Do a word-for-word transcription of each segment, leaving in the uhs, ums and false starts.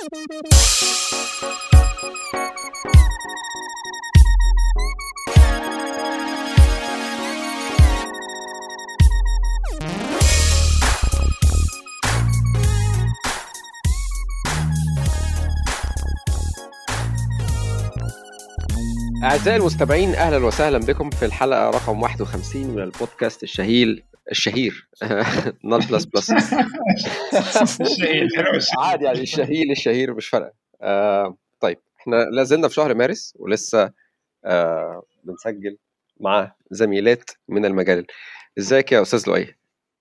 أعزائي المستمعين، أهلا وسهلا بكم في الحلقة رقم واحد وخمسين من البودكاست الشهير الشهير نال بلس بلس. الشهير عادي يعني الشهير الشهير مش فارقة. آه طيب احنا لازلنا في شهر مارس ولسه آه بنسجل مع زميلات من المجال. ازيك يا أستاذ لؤي؟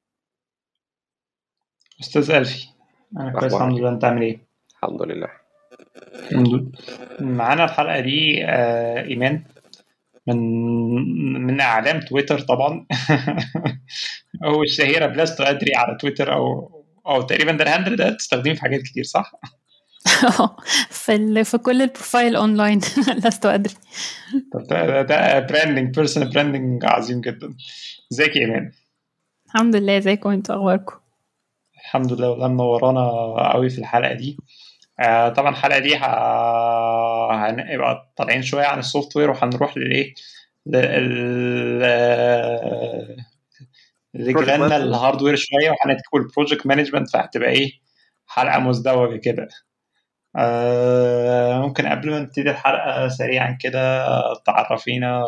أستاذ ألفي، أنا كويس الحمد لله. أنت عامل إيه؟ الحمد لله. الحمد لله. معانا الحلقة دي آه إيمان من من أعلام تويتر طبعا. أو الشهيرة بلاستو أدري على تويتر، أو أو تقريبا ده الهاندل ده تستخدمه في حاجات كتير، صح؟ في في كل البروفايل أونلاين. لست أدري. طب ده, ده براندنج بيرسونال براندنج عظيم جدا. ازيك يا إيمان؟ الحمد لله. ازيكم انتوا؟ أخباركم؟ الحمد لله، والله منورانا قوي في الحلقة دي. آه طبعا الحلقة دي هنبقى طالعين شوية عن السوفت وير، وهنروح للإيه لجيراننا الهاردوير شوية، وهنتكلم البروجكت مانجمنت، فهتبقى إيه حلقة مزدوجة كده. آه ممكن قبل ما نبتدي الحلقة سريعا كده تعرفينا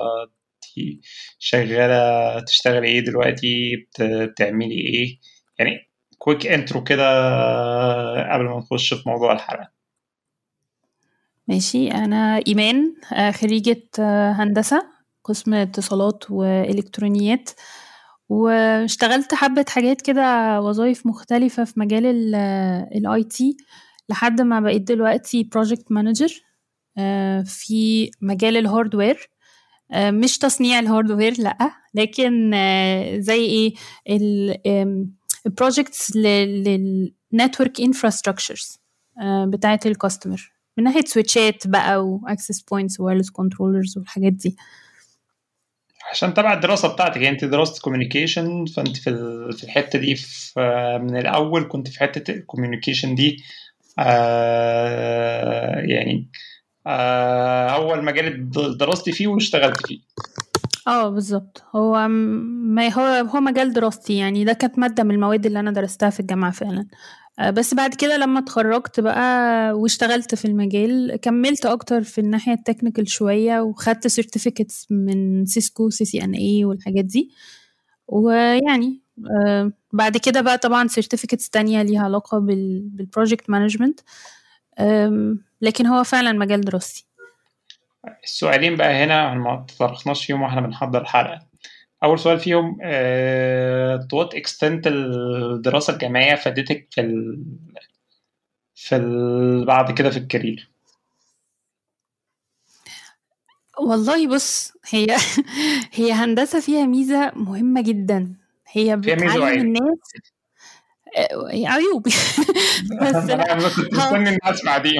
شغالة تشتغلي إيه دلوقتي، بتعملي إيه، يعني كويك انترو كده قبل ما نخش في موضوع الحلقة. ماشي. أنا إيمان، خريجة هندسة قسم اتصالات وإلكترونيات، واشتغلت حبة حاجات كده وظائف مختلفة في مجال الاي تي لحد ما بقيت دلوقتي بروجكت مانجر في مجال الهاردوير. مش تصنيع الهاردوير لأ، لكن زي ايه البروجكتس للنتورك انفراستراكشرز بتاعة الكاستمر، من ناحية سويتشات بقى واكسس بوينتس ووايرلس كنترولرز والحاجات دي. عشان تبع الدراسة بتاعتك، يعني انت دراسة كوميونيكيشن، فانت في في الحتة دي في من الأول كنت في حتة الكوميونيكيشن دي. آه يعني آه أول مجال دراستي فيه واشتغلت فيه. اه بالظبط. هو ما هو هو مجال دراستي، يعني ده كانت مادة من المواد اللي أنا درستها في الجامعة فعلا. بس بعد كده لما اتخرجت بقى واشتغلت في المجال، كملت اكتر في الناحية التكنيكال شوية، وخدت سيرتيفيكتس من سيسكو سي سي ان اي والحاجات دي. ويعني بعد كده بقى طبعا سيرتيفيكتس تانية ليها علاقة بالبروجكت مانجمنت، لكن هو فعلا مجال دراستي. السؤالين بقى هنا ما تطرقناش فيهم واحنا بنحضر الحلقة. أول سؤال فيهم تو وات اكستنت الدراسة الجامعية فادتك في ال في ال بعد كده في الكارير؟ والله بص، هي هي هندسة فيها ميزة مهمة جدا، هي بتعلم الناس عيوب. بس انا كنت مستني ان اسمع دي.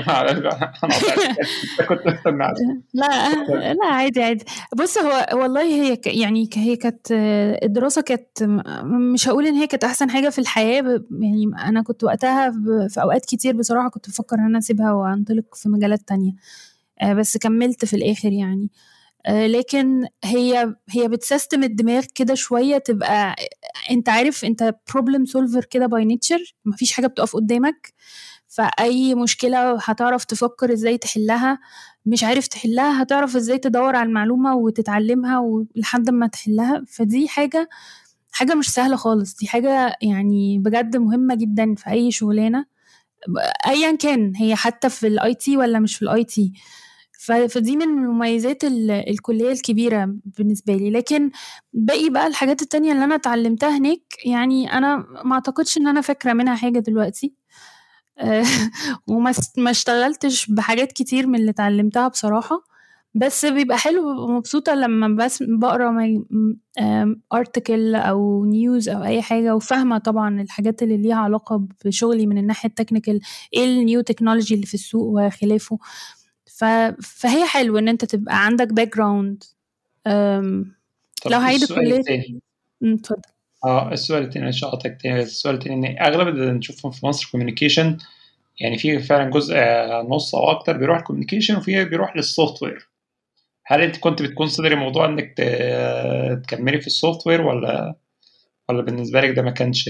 كنت مستني لا لا عادي عادي. بص، هو والله هي ك يعني هي كانت الدراسة كانت، مش هقول ان هي كانت احسن حاجة في الحياة، يعني انا كنت وقتها في اوقات كتير بصراحة كنت بفكر ان انا اسيبها وانطلق في مجالات تانية، بس كملت في الاخر يعني. لكن هي هي بتسيستم الدماغ كده شوية، تبقى انت عارف انت problem solver كده by nature، مفيش حاجة بتقف قدامك، فأي مشكلة هتعرف تفكر ازاي تحلها، مش عارف تحلها هتعرف ازاي تدور على المعلومة وتتعلمها لحد ما تحلها. فدي حاجة حاجة مش سهلة خالص، دي حاجة يعني بجد مهمة جدا في أي شغلانة أيا كان، هي حتى في الاي تي ولا مش في الاي تي. فدي من مميزات الكلية الكبيرة بالنسبة لي. لكن باقي بقى الحاجات التانية اللي أنا اتعلمتها هناك، يعني أنا ما أعتقدش إن أنا فاكرة منها حاجة دلوقتي. وما ما اشتغلتش بحاجات كتير من اللي اتعلمتها بصراحة، بس بيبقى حلو ومبسوطة لما بس بقرأ ارتكل أو نيوز أو أي حاجة، وفاهمة طبعا الحاجات اللي ليها علاقة بشغلي من الناحية التكنيكال، ايه النيو تكنولوجي اللي في السوق وخلافه. فهي حلو ان انت تبقى عندك باك جراوند. لو هعيد الكليه. اتفضل. اه السؤال الثاني ان شاء الله تاني السؤال الثاني ان اغلب اللي نشوفهم في مصر كوميونيكيشن يعني في فعلا جزء نص او اكتر بيروح الكوميونيكيشن وفيه بيروح للسوفت وير. هل انت كنت بتكونسيدري موضوع انك تكملي في السوفت وير ولا ولا بالنسبه لك ده ما كانش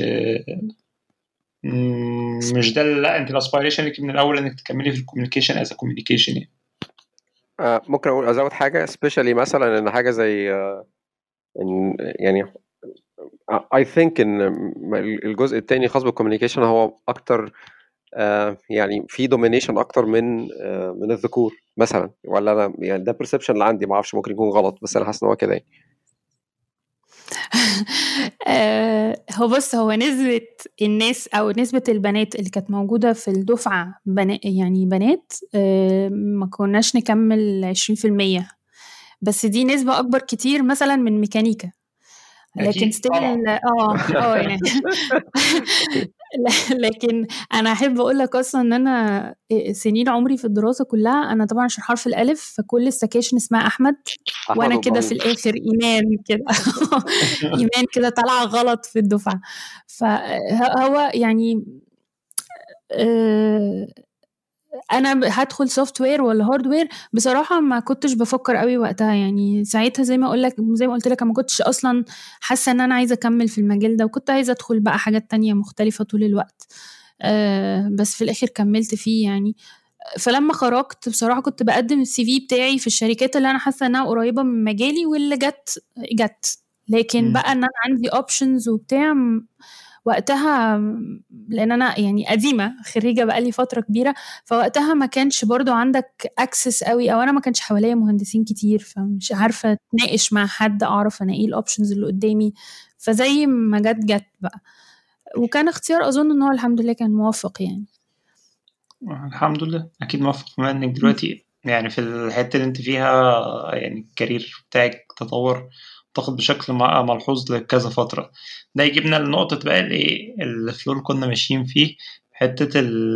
مش ده؟ لا انت الاسبيريشن لك من الاول انك تكملي في الكوميونيكيشن از كوميونيكيشن يعني. آه ممكن اقول ازود حاجه سبيشالي مثلا ان حاجه زي آه إن يعني I think ان الجزء الثاني خاص بالكوميونيكيشن هو اكتر آه يعني في دومينيشن اكتر من آه من الذكور مثلا، ولا انا يعني ده بيرسبشن اللي عندي، ما اعرفش ممكن يكون غلط بس انا حاسس ان هو كده يعني. هو بص، هو نسبة الناس أو نسبة البنات اللي كانت موجودة في الدفعة بنا يعني بنات ما كناش نكمل عشرين في المية، بس دي نسبة أكبر كتير مثلا من ميكانيكا. لكن ستيل اه اه يعني لكن انا احب اقول لك اصلا ان انا سنين عمري في الدراسه كلها، انا طبعا عشان حرف الالف فكل السكاشن اسمها احمد، وانا كده في الاخر ايمان كده ايمان كده طالعه غلط في الدفعه. فهو يعني آه انا هدخل سوفت وير ولا هاردوير، بصراحه ما كنتش بفكر قوي وقتها. يعني ساعتها زي ما اقول لك زي ما قلت لك ما كنتش اصلا حاسه ان انا عايزه اكمل في المجال ده، وكنت عايزه ادخل بقى حاجات تانية مختلفه طول الوقت. أه بس في الاخر كملت فيه يعني. فلما خرجت بصراحه كنت بقدم السي في بتاعي في الشركات اللي انا حاسه انها قريبه من مجالي، واللي جت جت لكن م. بقى ان انا عندي اوبشنز وبتاع وقتها، لان انا يعني قديمه خريجه بقالي فتره كبيره، فوقتها ما كانش برضو عندك اكسس قوي، او انا ما كانش حواليا مهندسين كتير، فمش عارفه اتناقش مع حد اعرف انا ايه الاوبشنز اللي قدامي. فزي ما جت جت بقى، وكان اختيار اظن ان هو الحمد لله كان موفق يعني. الحمد لله اكيد موفق، بما انك دلوقتي يعني في الحته اللي انت فيها يعني الكارير بتاعك تطور تاخد بشكل ملحوظ لكذا فتره. ده يجيبنا لنقطه بقى الايه الفلو اللي كنا ماشيين فيه، حته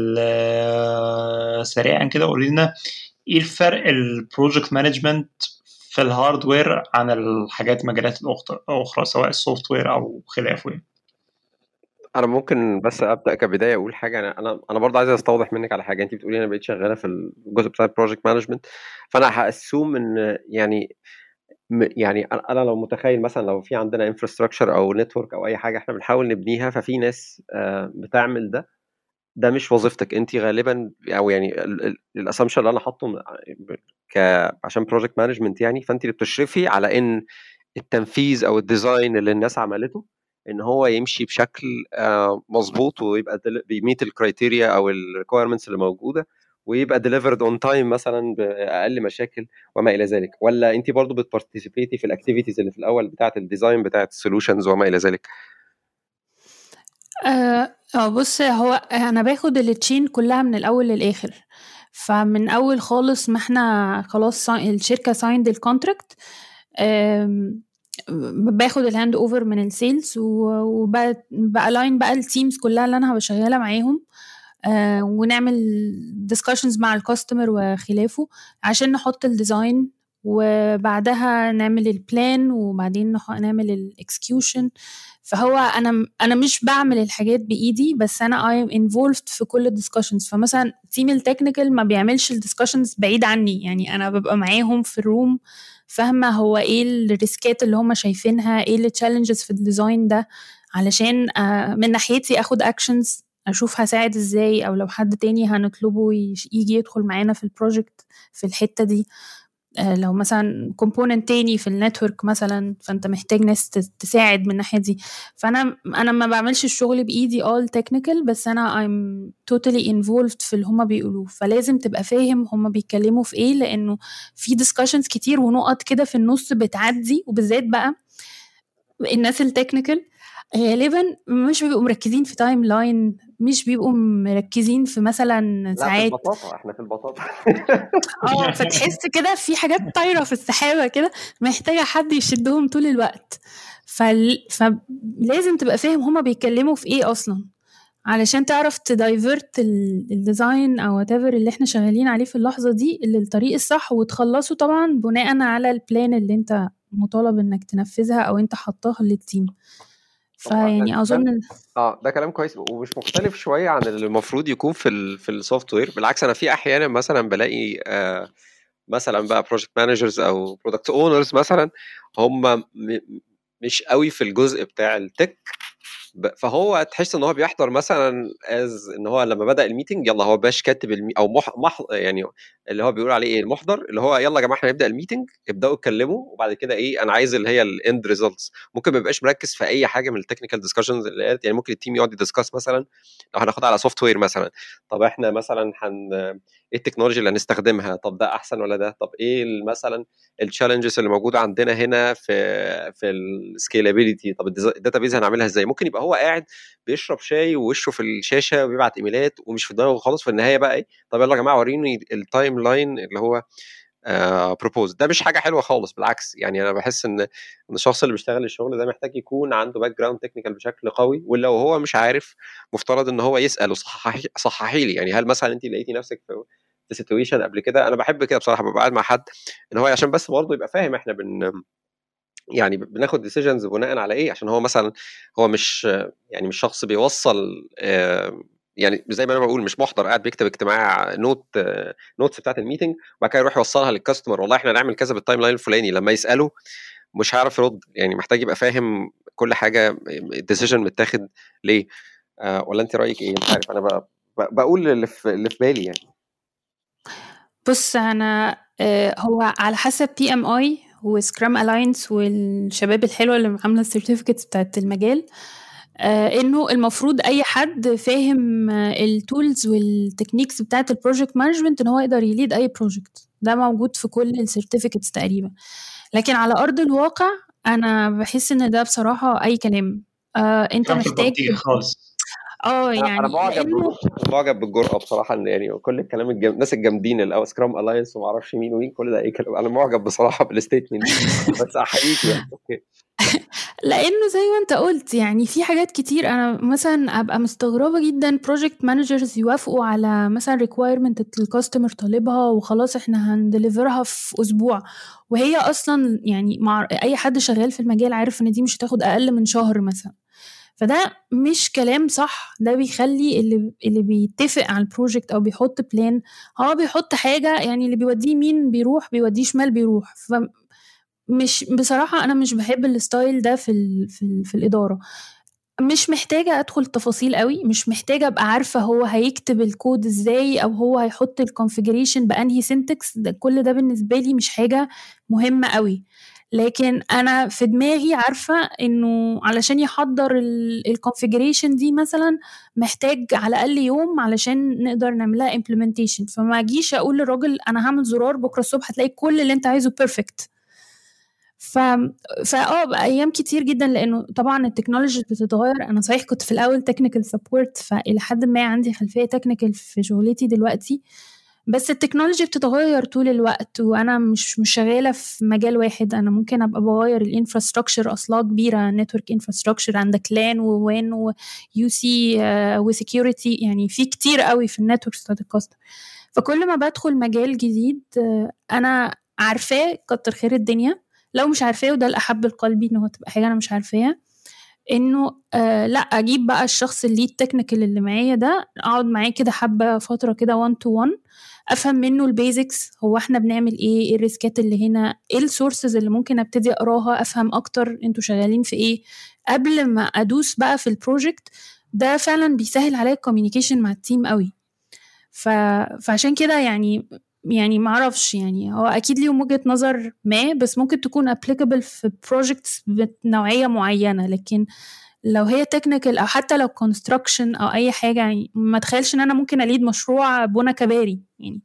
سريعا كده قولي لنا ايه الفرق البروجكت مانجمنت في الهاردوير عن الحاجات مجالات الاخرى سواء السوفت وير او خلافه؟ انا ممكن بس ابدا كبدايه اقول حاجه. انا انا انا برضه عايز استوضح منك على حاجه. انت بتقولي انا بقيت شغاله في الجزء بتاع البروجكت مانجمنت، فانا هاسوم ان يعني يعني انا لو متخيل مثلا لو في عندنا انفراستراكشر او نتورك او اي حاجه احنا بنحاول نبنيها، ففي ناس بتعمل ده. ده مش وظيفتك انت غالبا، او يعني الاسامبشن اللي انا حاطه ك عشان بروجكت مانجمنت يعني، فانت اللي بتشرفي على ان التنفيذ او الديزاين اللي الناس عملته ان هو يمشي بشكل مظبوط ويبقى بيميت الكرايتيريا او الريكويرمنتس اللي موجوده، ويبقى ديليفرد اون تايم مثلا باقل مشاكل وما الى ذلك. ولا انت برضو بتبارتيسيبيتي في الاكتيفيتيز اللي في الاول بتاعه الديزاين بتاعه السولوشنز وما الى ذلك؟ اه بص، هو انا باخد التشين كلها من الاول للاخر. فمن اول خالص ما احنا خلاص الشركه سايند الكونتراكت، باخد الهاند اوفر من السيلز وبالاين بقى التيمز كلها اللي انا هبقى شغاله معاهم، آه ونعمل ديسكشنز مع الكاستمر وخلافه عشان نحط الديزاين، وبعدها نعمل البلان، وبعدين نعمل الاكسكيوشن. فهو انا انا مش بعمل الحاجات بايدي، بس انا I'm involved في كل الديسكشنز. فمثلا تيم التكنيكال ما بيعملش الديسكشنز بعيد عني، يعني انا ببقى معاهم في الروم فاهمه هو ايه الريسكات اللي هم شايفينها، ايه التشالنجز في الديزاين ده، علشان آه من ناحيتي اخد اكشنز اشوف هساعد ازاي، او لو حد تاني هنطلبه يجي يدخل معانا في البروجكت في الحته دي. لو مثلا كومبوننت تاني في النتورك مثلا، فانت محتاج ناس تساعد من الناحيه دي. فانا انا ما بعملش الشغل بايدي all technical، بس انا I'm totally involved في اللي هما بيقولوه. فلازم تبقى فاهم هما بيتكلموا في ايه، لانه في discussions كتير ونقط كده في النص بتعدي، وبالذات بقى الناس التكنيكال غالبا مش بيبقوا مركزين في تايم لاين، مش بيبقوا مركزين في مثلا ساعات. لا في البطاطا، احنا في البطاطا اه فتحس كده في حاجات طايره في السحابه كده محتاجه حد يشدهم طول الوقت. فل... فلازم تبقى فاهم هما بيتكلموا في ايه اصلا، علشان تعرف تدايفرت الديزاين او whatever اللي احنا شغالين عليه في اللحظه دي للطريق الصح، وتخلصه طبعا بناء على البلان اللي انت مطالب انك تنفذها او انت حطاها للتيم. فيعني اظن اه ده كلام كويس ومش مختلف شويه عن اللي المفروض يكون في ال في السوفت وير. بالعكس انا في احيانا مثلا بلاقي آه مثلا بقى بروجكت مانجرز او برودكت اونرز مثلا هم مش قوي في الجزء بتاع التك، فهو تحس ان هو بيحضر مثلا از ان هو لما بدا الميتنج يلا هو باش كاتب المي... او مح... مح... يعني اللي هو بيقول عليه ايه المحضر، اللي هو يلا يا جماعه احنا نبدا الميتنج، ابداوا اتكلموا وبعد كده ايه انا عايز اللي هي الاند ريزلتس. ممكن ما يبقاش مركز في اي حاجه من التكنيكال ديسكشنز اللي قالت، يعني ممكن التيم يقعد يدسكاس مثلا لو هناخد على سوفت وير مثلا، طب احنا مثلا هن ايه التكنولوجي اللي هنستخدمها، طب ده احسن ولا ده، طب ايه مثلا التشالنجز اللي موجوده عندنا هنا في في السكيلابيليتي، طب الداتابيز هنعملها ازاي. ممكن يبقى هو قاعد بيشرب شاي ووشه في الشاشه وبيبعت ايميلات ومش في دماغه خالص. في النهايه بقى ايه، طب يلا يا جماعه وريني التايم لاين اللي هو بروبوز. ده مش حاجه حلوه خالص، بالعكس يعني انا بحس ان ان الشخص اللي بيشتغل الشغل ده محتاج يكون عنده باك جراوند تكنيكال بشكل قوي، ولو هو مش عارف مفترض ان هو يسال وصححي صححي لي. يعني هل مثلا انت لقيتي نفسك في في سيتويشن قبل كده؟ انا بحب كده بصراحه، ببقى قاعد مع حد ان هو عشان بس برضه يبقى فاهم احنا بن يعني بناخد ديسيجنز بناء على ايه، عشان هو مثلا هو مش يعني مش شخص بيوصل يعني زي ما انا بقول مش محضر قاعد بيكتب اجتماع نوت نوتس بتاعت الميتنج وبعد كده يروح يوصلها للكاستمر والله احنا نعمل كذا بالتايم لاين الفلاني. لما يساله مش هيعرف يرد، يعني محتاج يبقى فاهم كل حاجه الديسيجن متاخد ليه. آه ولا انت رايك ايه؟ مش عارف، انا بقول اللي في اللي في بالي يعني. بص انا آه هو على حسب بي ام اي وسكرام الاينس والشباب الحلوه اللي عامله السيرتيفيكتس بتاعت المجال، آه انه المفروض اي حد فاهم التولز والتكنيكس بتاعت البروجكت مانجمنت ان هو يقدر يليد اي بروجكت. ده موجود في كل السيرتيفيكتس تقريبا، لكن على ارض الواقع انا بحس ان ده بصراحه اي كلام. آه انت محتاج خالص. اه يعني انا معجب لانه معجب بالجرأه بصراحه، ان يعني كل الكلام الجم... الناس الجامدين اللي هو سكرام الاينس وما اعرفش مين ومين كل ده اي كلام. انا معجب بصراحه بالستيتمنت بس احييك يعني. اوكي لانه زي ما انت قلت يعني في حاجات كتير انا مثلا ابقى مستغربه جدا بروجكت مانجرز يوافقوا على مثلا ريكويرمنت الكاستمر طالبها وخلاص احنا هندليفرها في اسبوع، وهي اصلا يعني مع اي حد شغال في المجال عارف ان دي مش هتاخد اقل من شهر مثلا. فده مش كلام صح. ده بيخلي اللي اللي بيتفق على البروجكت او بيحط بلان هو بيحط حاجه، يعني اللي بيوديه يمين بيروح بيوديه شمال بيروح. ف مش بصراحة أنا مش بحب الستايل ده في ال في, ال في الإدارة. مش محتاجة أدخل تفاصيل قوي، مش محتاجة أبقى عارفة هو هيكتب الكود إزاي أو هو هيحط الكونفيجريشن بأنهي سينتكس. ده كل ده بالنسبة لي مش حاجة مهمة قوي، لكن أنا في دماغي عارفة إنه علشان يحضر الكونفيجريشن دي مثلا محتاج على الأقل يوم علشان نقدر نعملها implementation. فما أجيش أقول للراجل أنا هعمل زرار بكرة الصبح هتلاقي كل اللي أنت عايزه perfect. ف فاه بقى ايام كتير جدا لانه طبعا التكنولوجي بتتغير. انا صحيح كنت في الاول تكنيكال سبورت فالى حد ما عندي خلفيه تكنيكال في شغلتي دلوقتي، بس التكنولوجي بتتغير طول الوقت وانا مش مش شغاله في مجال واحد. انا ممكن ابقى بغير الانفراستراكشر اصلا كبيره، نتورك انفراستراكشر عندك لان ووين ويو سي وسكيورتي، يعني في كتير قوي في النتورك بتاعت الكاستمر. فكل ما بدخل مجال جديد انا عارفاه كتر خير الدنيا، لو مش عارفاه وده الأحب القلبي إنه تبقى حاجة أنا مش عارفاها إنه آه لا أجيب بقى الشخص اللي التكنيكال اللي معايا ده أقعد معاه كده حبة فترة كده one to one أفهم منه البيزكس. هو إحنا بنعمل إيه، إيه الريسكات اللي هنا، إيه السورسز اللي ممكن أبتدي أقراها أفهم أكتر أنتوا شغالين في إيه قبل ما أدوس بقى في البروجكت. ده فعلا بيسهل عليا الكوميونيكيشن مع التيم قوي. ف... فعشان كده يعني يعني معرفش، يعني هو أكيد ليهم وجهة نظر ما بس ممكن تكون applicable في projects بنوعية معينة، لكن لو هي technical أو حتى لو construction أو أي حاجة يعني ما تخيلش إن أنا ممكن أليد مشروع بنا كباري يعني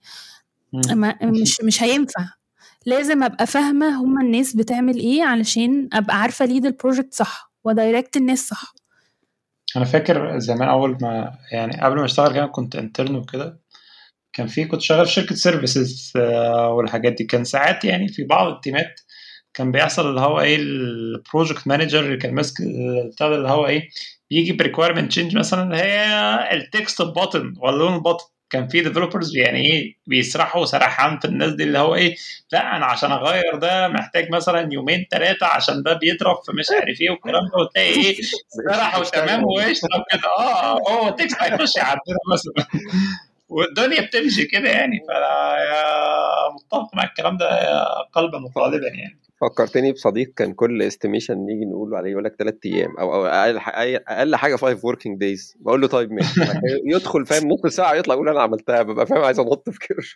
ما مش مش هينفع. لازم أبقى فاهمة هما الناس بتعمل إيه علشان أبقى عارفة ليد البروجكت صح ودايركت الناس صح. أنا فاكر زمان أول ما يعني قبل ما أشتغل كده كنت انترن وكده، كان في كنت شغال في شركة سيرفيسز والحاجات دي. كان ساعات يعني في بعض التيمات كان بيحصل اللي هو ايه البروجكت مانجر اللي كان ماسك بتاع اللي هو ايه بيجي بريكويرمنت تشينج مثلا اللي هي التكست بوتن ولا لون البوتن كان في ديفلوبرز يعني ايه بيسرحوا سرحان في الناس دي اللي هو ايه لا انا عشان اغير ده محتاج مثلا يومين ثلاثه عشان ده بيضرب في مش عارف ايه والكلام ده، وتلاقي ايه سرحوا تمام واشتغل كده اه هو تكست هيخش يعدله مثلا والدنيا بتمشي كده يعني. فانا متفق مع الكلام ده قلبا وقالبا يعني. فكرتني بصديق كان كل استيميشن نيجي نقول له عليه يقول لك ثلاث ايام او او اقل اقل حاجه خمسة وركينج دايز. بقول له طيب ماشي، يدخل فاهم نص ساعه يطلع يقول انا عملتها، ببقى فاهم عايز انط في كرشه.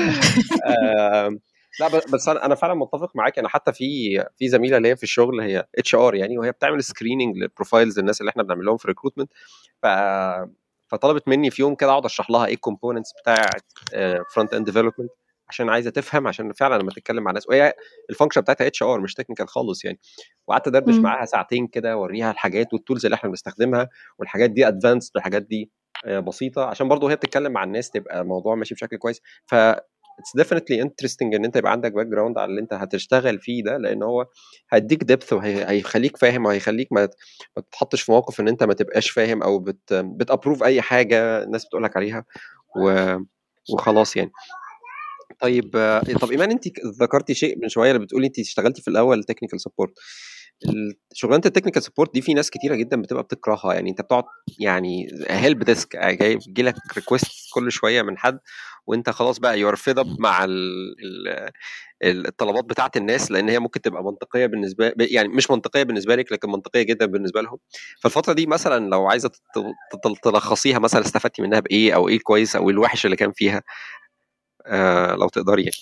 لا بس انا انا فعلا متفق معاك. انا حتى في في زميله ليا في الشغل هي اتش ار يعني، وهي بتعمل سكريننج للبروفايلز الناس اللي احنا بنعمل لهم في ريكروتمنت. ف فطلبت مني في يوم كده اقعد اشرح لها ايه الكومبوننتس بتاعه فرونت اند ديفلوبمنت، عشان عايزه تفهم، عشان فعلا لما تتكلم مع ناس، وهي الفانكشن بتاعتها اتش ار مش تكنيكال خالص يعني. وقعدت ادردش معاها ساعتين كده اوريها الحاجات والتولز اللي احنا بنستخدمها، والحاجات دي ادفانسد والحاجات دي بسيطه، عشان برضو هي بتتكلم مع الناس تبقى الموضوع ماشي بشكل كويس. ف it's definitely interesting ان انت يبقى عندك باك جراوند على اللي انت هتشتغل فيه ده، لان هو هيديك ديبث وهيخليك فاهم، وهيخليك ما ما تتحطش في موقف ان انت ما تبقاش فاهم او بت بتابروف اي حاجه الناس بتقول لك عليها و... وخلاص يعني. طيب طب ايمان، انت ذكرتي شيء من شويه اللي بتقولي انت اشتغلتي في الاول تكنيكال سبورت. شغلانه التكنيكال سبورت دي في ناس كتيره جدا بتبقى بتكرهها يعني. انت بتقعد يعني هيلب ديسك جاي بيجي لك ريكويست كل شويه من حد، وانت خلاص بقى يور فيد اب مع ال ال الطلبات بتاعه الناس، لان هي ممكن تبقى منطقيه بالنسبه يعني مش منطقيه بالنسبه لك لكن منطقيه جدا بالنسبه لهم. فالفتره دي مثلا لو عايزه تلخصيها مثلا استفدتي منها بايه، او ايه الكويس او الوحش اللي كان فيها آه لو تقدري يعني.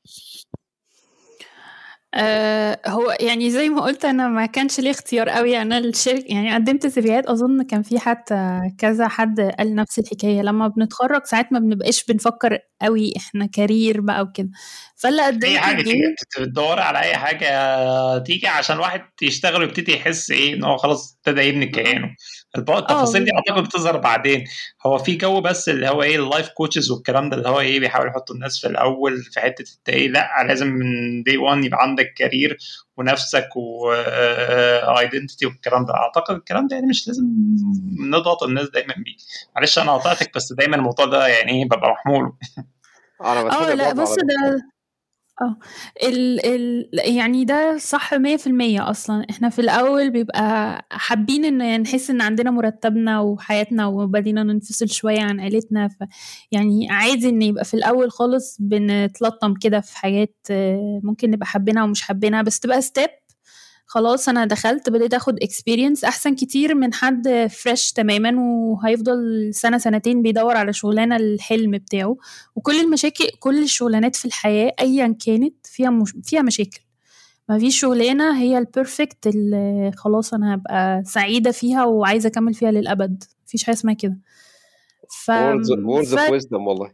آه هو يعني زي ما قلت انا ما كانش لي اختيار قوي. انا الشركه يعني قدمت سيفيات، اظن كان في حتى كذا حد قال نفس الحكايه. لما بنتخرج ساعات ما بنبقاش بنفكر قوي احنا كارير بقى وكده، فاللي قدمت اي حاجه تيجي تدور على اي حاجه تيجي عشان واحد يشتغل ويبتدي يحس ايه ان هو خلاص ابتدى يبني كيانه. التفاصيل دي اعتقد بتظهر بعدين. هو في جو بس اللي هو ايه اللايف كوتشز والكلام ده اللي هو ايه بيحاول يحطوا الناس في الاول في حته ايه لا لازم من دي واحد يبقى عندك كارير ونفسك وايدنتيتي والكلام ده. اعتقد الكلام ده يعني مش لازم نضغط الناس دايما بيه. معلش انا قاطعتك بس دايما الموضوع ده يعني ايه ببقى محمول. اه لا بص ده اه ال ال يعني ده صح مية في المية. اصلا احنا في الاول بيبقى حابين ان نحس ان عندنا مرتبنا وحياتنا وبدينا ننفصل شوية عن عيلتنا، ف يعني عادي ان يبقى في الاول خالص بنتلطم كده في حاجات ممكن نبقى حابينها ومش حابينها، بس تبقى ستيب خلاص انا دخلت بديت اخد اكسبيرينس احسن كتير من حد فريش تماما وهيفضل سنه سنتين بيدور على شغلانه الحلم بتاعه. وكل المشاكل كل الشغلانات في الحياه ايا كانت فيها مش... فيها مشاكل. ما فيش شغلانه هي البيرفكت اللي خلاص انا هبقى سعيده فيها وعايزه اكمل فيها للابد. مفيش حاجه اسمها كده. ف... words of wisdom والله.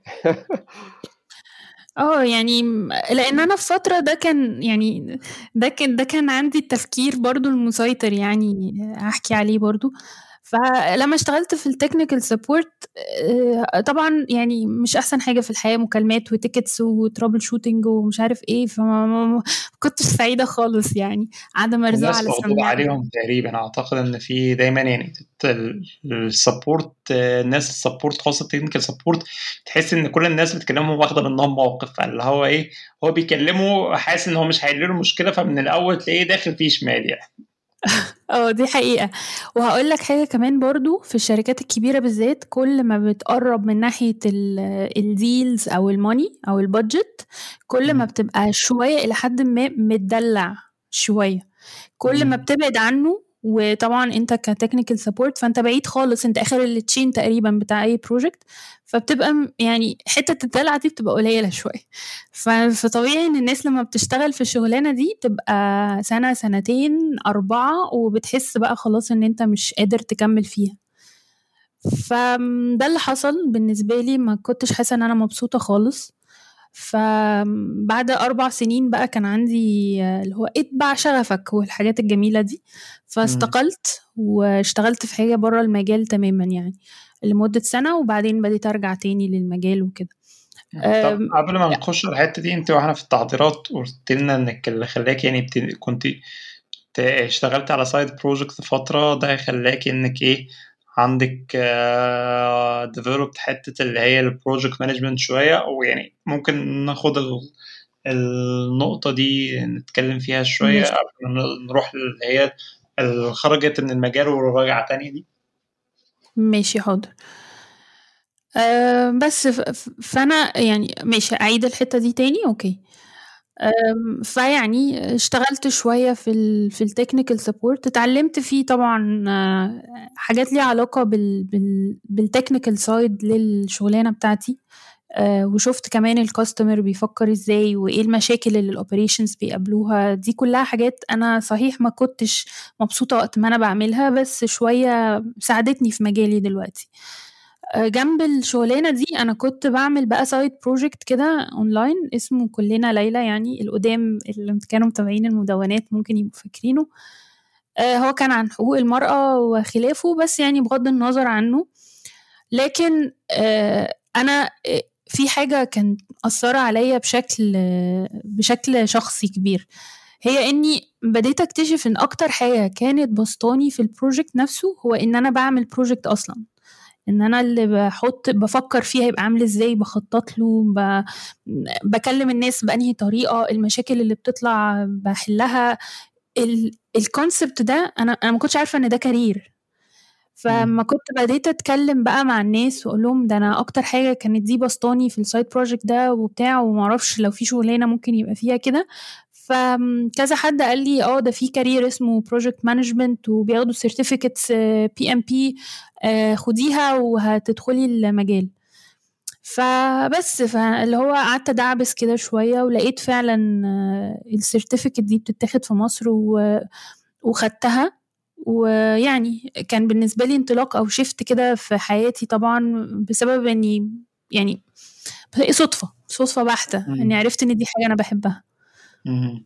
اه يعني لان انا في فتره ده كان يعني ده كان ده كان عندي التفكير برضو المسيطر يعني احكي عليه برضو. فلما اشتغلت في التكنيكال سبورت طبعا يعني مش احسن حاجه في الحياه، مكالمات وتيكتس وترابل شوتنج ومش عارف ايه، فما كنتش سعيده خالص يعني. قاعده مرزوعه على السماعه عليهم تقريبا. اعتقد ان في دايما يعني السبورت الناس السبورت خاصه التكنيكال سبورت تحس ان كل الناس بتكلمهم واخده منهم موقف، فاللي هو ايه هو بيكلمه حاسس ان هو مش هيحل له المشكله، فمن الاول تلاقيه داخل فيه شمال يعني. اه دي حقيقة. وهقول لك حاجة كمان برضو في الشركات الكبيرة بالذات، كل ما بتقرب من ناحية الديلز او الموني او البادجت كل ما بتبقى شوية الى حد ما متدلع شوية. كل ما بتبعد عنه، وطبعا انت كتكنيكال سبورت فانت بعيد خالص، انت اخر التشين تقريبا بتاع اي بروجكت، فبتبقى يعني حته الدلع دي بتبقى قليله شويه. فطبيعي ان الناس لما بتشتغل في الشغلانه دي تبقى سنه سنتين اربعه وبتحس بقى خلاص ان انت مش قادر تكمل فيها. فده اللي حصل بالنسبه لي، ما كنتش حاسه ان انا مبسوطه خالص. فبعد أربع سنين بقى كان عندي اللي هو اتبع شغفك والحاجات الجميلة دي، فاستقلت واشتغلت في حاجة برا المجال تماما يعني لمدة سنة، وبعدين بديت أرجع تاني للمجال وكده. طب قبل ما نخش الحتة دي، انت واحنا في التحضيرات قلت لنا انك اللي خلاك يعني كنت اشتغلت على سايد بروجكت فترة، ده خلاك انك ايه عندك ديفلوبت حته اللي هي البروجكت مانجمنت شويه، او يعني ممكن ناخد النقطه دي نتكلم فيها شويه قبل ما نروح اللي هي اللي خرجت من المجال وراجعه تانية دي. ماشي حاضر. أه بس فانا يعني ماشي اعيد الحته دي تاني. اوكي. فيعني اشتغلت شويه في ال في التكنيكال سبورت، اتعلمت فيه طبعا حاجات ليها علاقه بال بال بالتكنيكال سايد للشغلانه بتاعتي، أه وشفت كمان الكاستمر بيفكر ازاي وايه المشاكل اللي الاوبريشنز بيقابلوها. دي كلها حاجات انا صحيح ما كنتش مبسوطه وقت ما انا بعملها، بس شويه ساعدتني في مجالي دلوقتي. جنب الشغلانه دي انا كنت بعمل بقى سايد بروجكت كده اونلاين اسمه كلنا ليلى، يعني القدام اللي كانوا متابعين المدونات ممكن يبقوا فاكرينه. هو كان عن حقوق المرأة وخلافه، بس يعني بغض النظر عنه. لكن انا في حاجه كانت مأثره عليا بشكل بشكل شخصي كبير، هي اني بديت اكتشف ان اكتر حاجه كانت بسطاني في البروجكت نفسه هو ان انا بعمل بروجكت اصلا، ان انا اللي بحط بفكر فيها يبقى عامل ازاي، بخطط له، ب... بكلم الناس بأنهي طريقه، المشاكل اللي بتطلع بحلها. ال... الكونسبت ده انا انا ما كنتش عارفه ان ده كارير. فما كنت بديت اتكلم بقى مع الناس واقول لهم ده انا اكتر حاجه كانت دي بسطاني في السايد بروجكت ده وبتاع، وما اعرفش لو في شغلانه ممكن يبقى فيها كده. فكذا حد قال لي اه ده في كارير اسمه بروجكت مانجمنت وبياخدوا سيرتيفيكتس بي ام بي، خديها وهتدخلي المجال. فبس فاللي هو قعدت ادعبس كده شويه ولقيت فعلا السيرتيفيكت دي بتتاخد في مصر وخدتها، ويعني كان بالنسبه لي انطلاق او شفت كده في حياتي طبعا، بسبب اني يعني صدفه صدفه بحته اني عرفت ان دي حاجه انا بحبها. مم.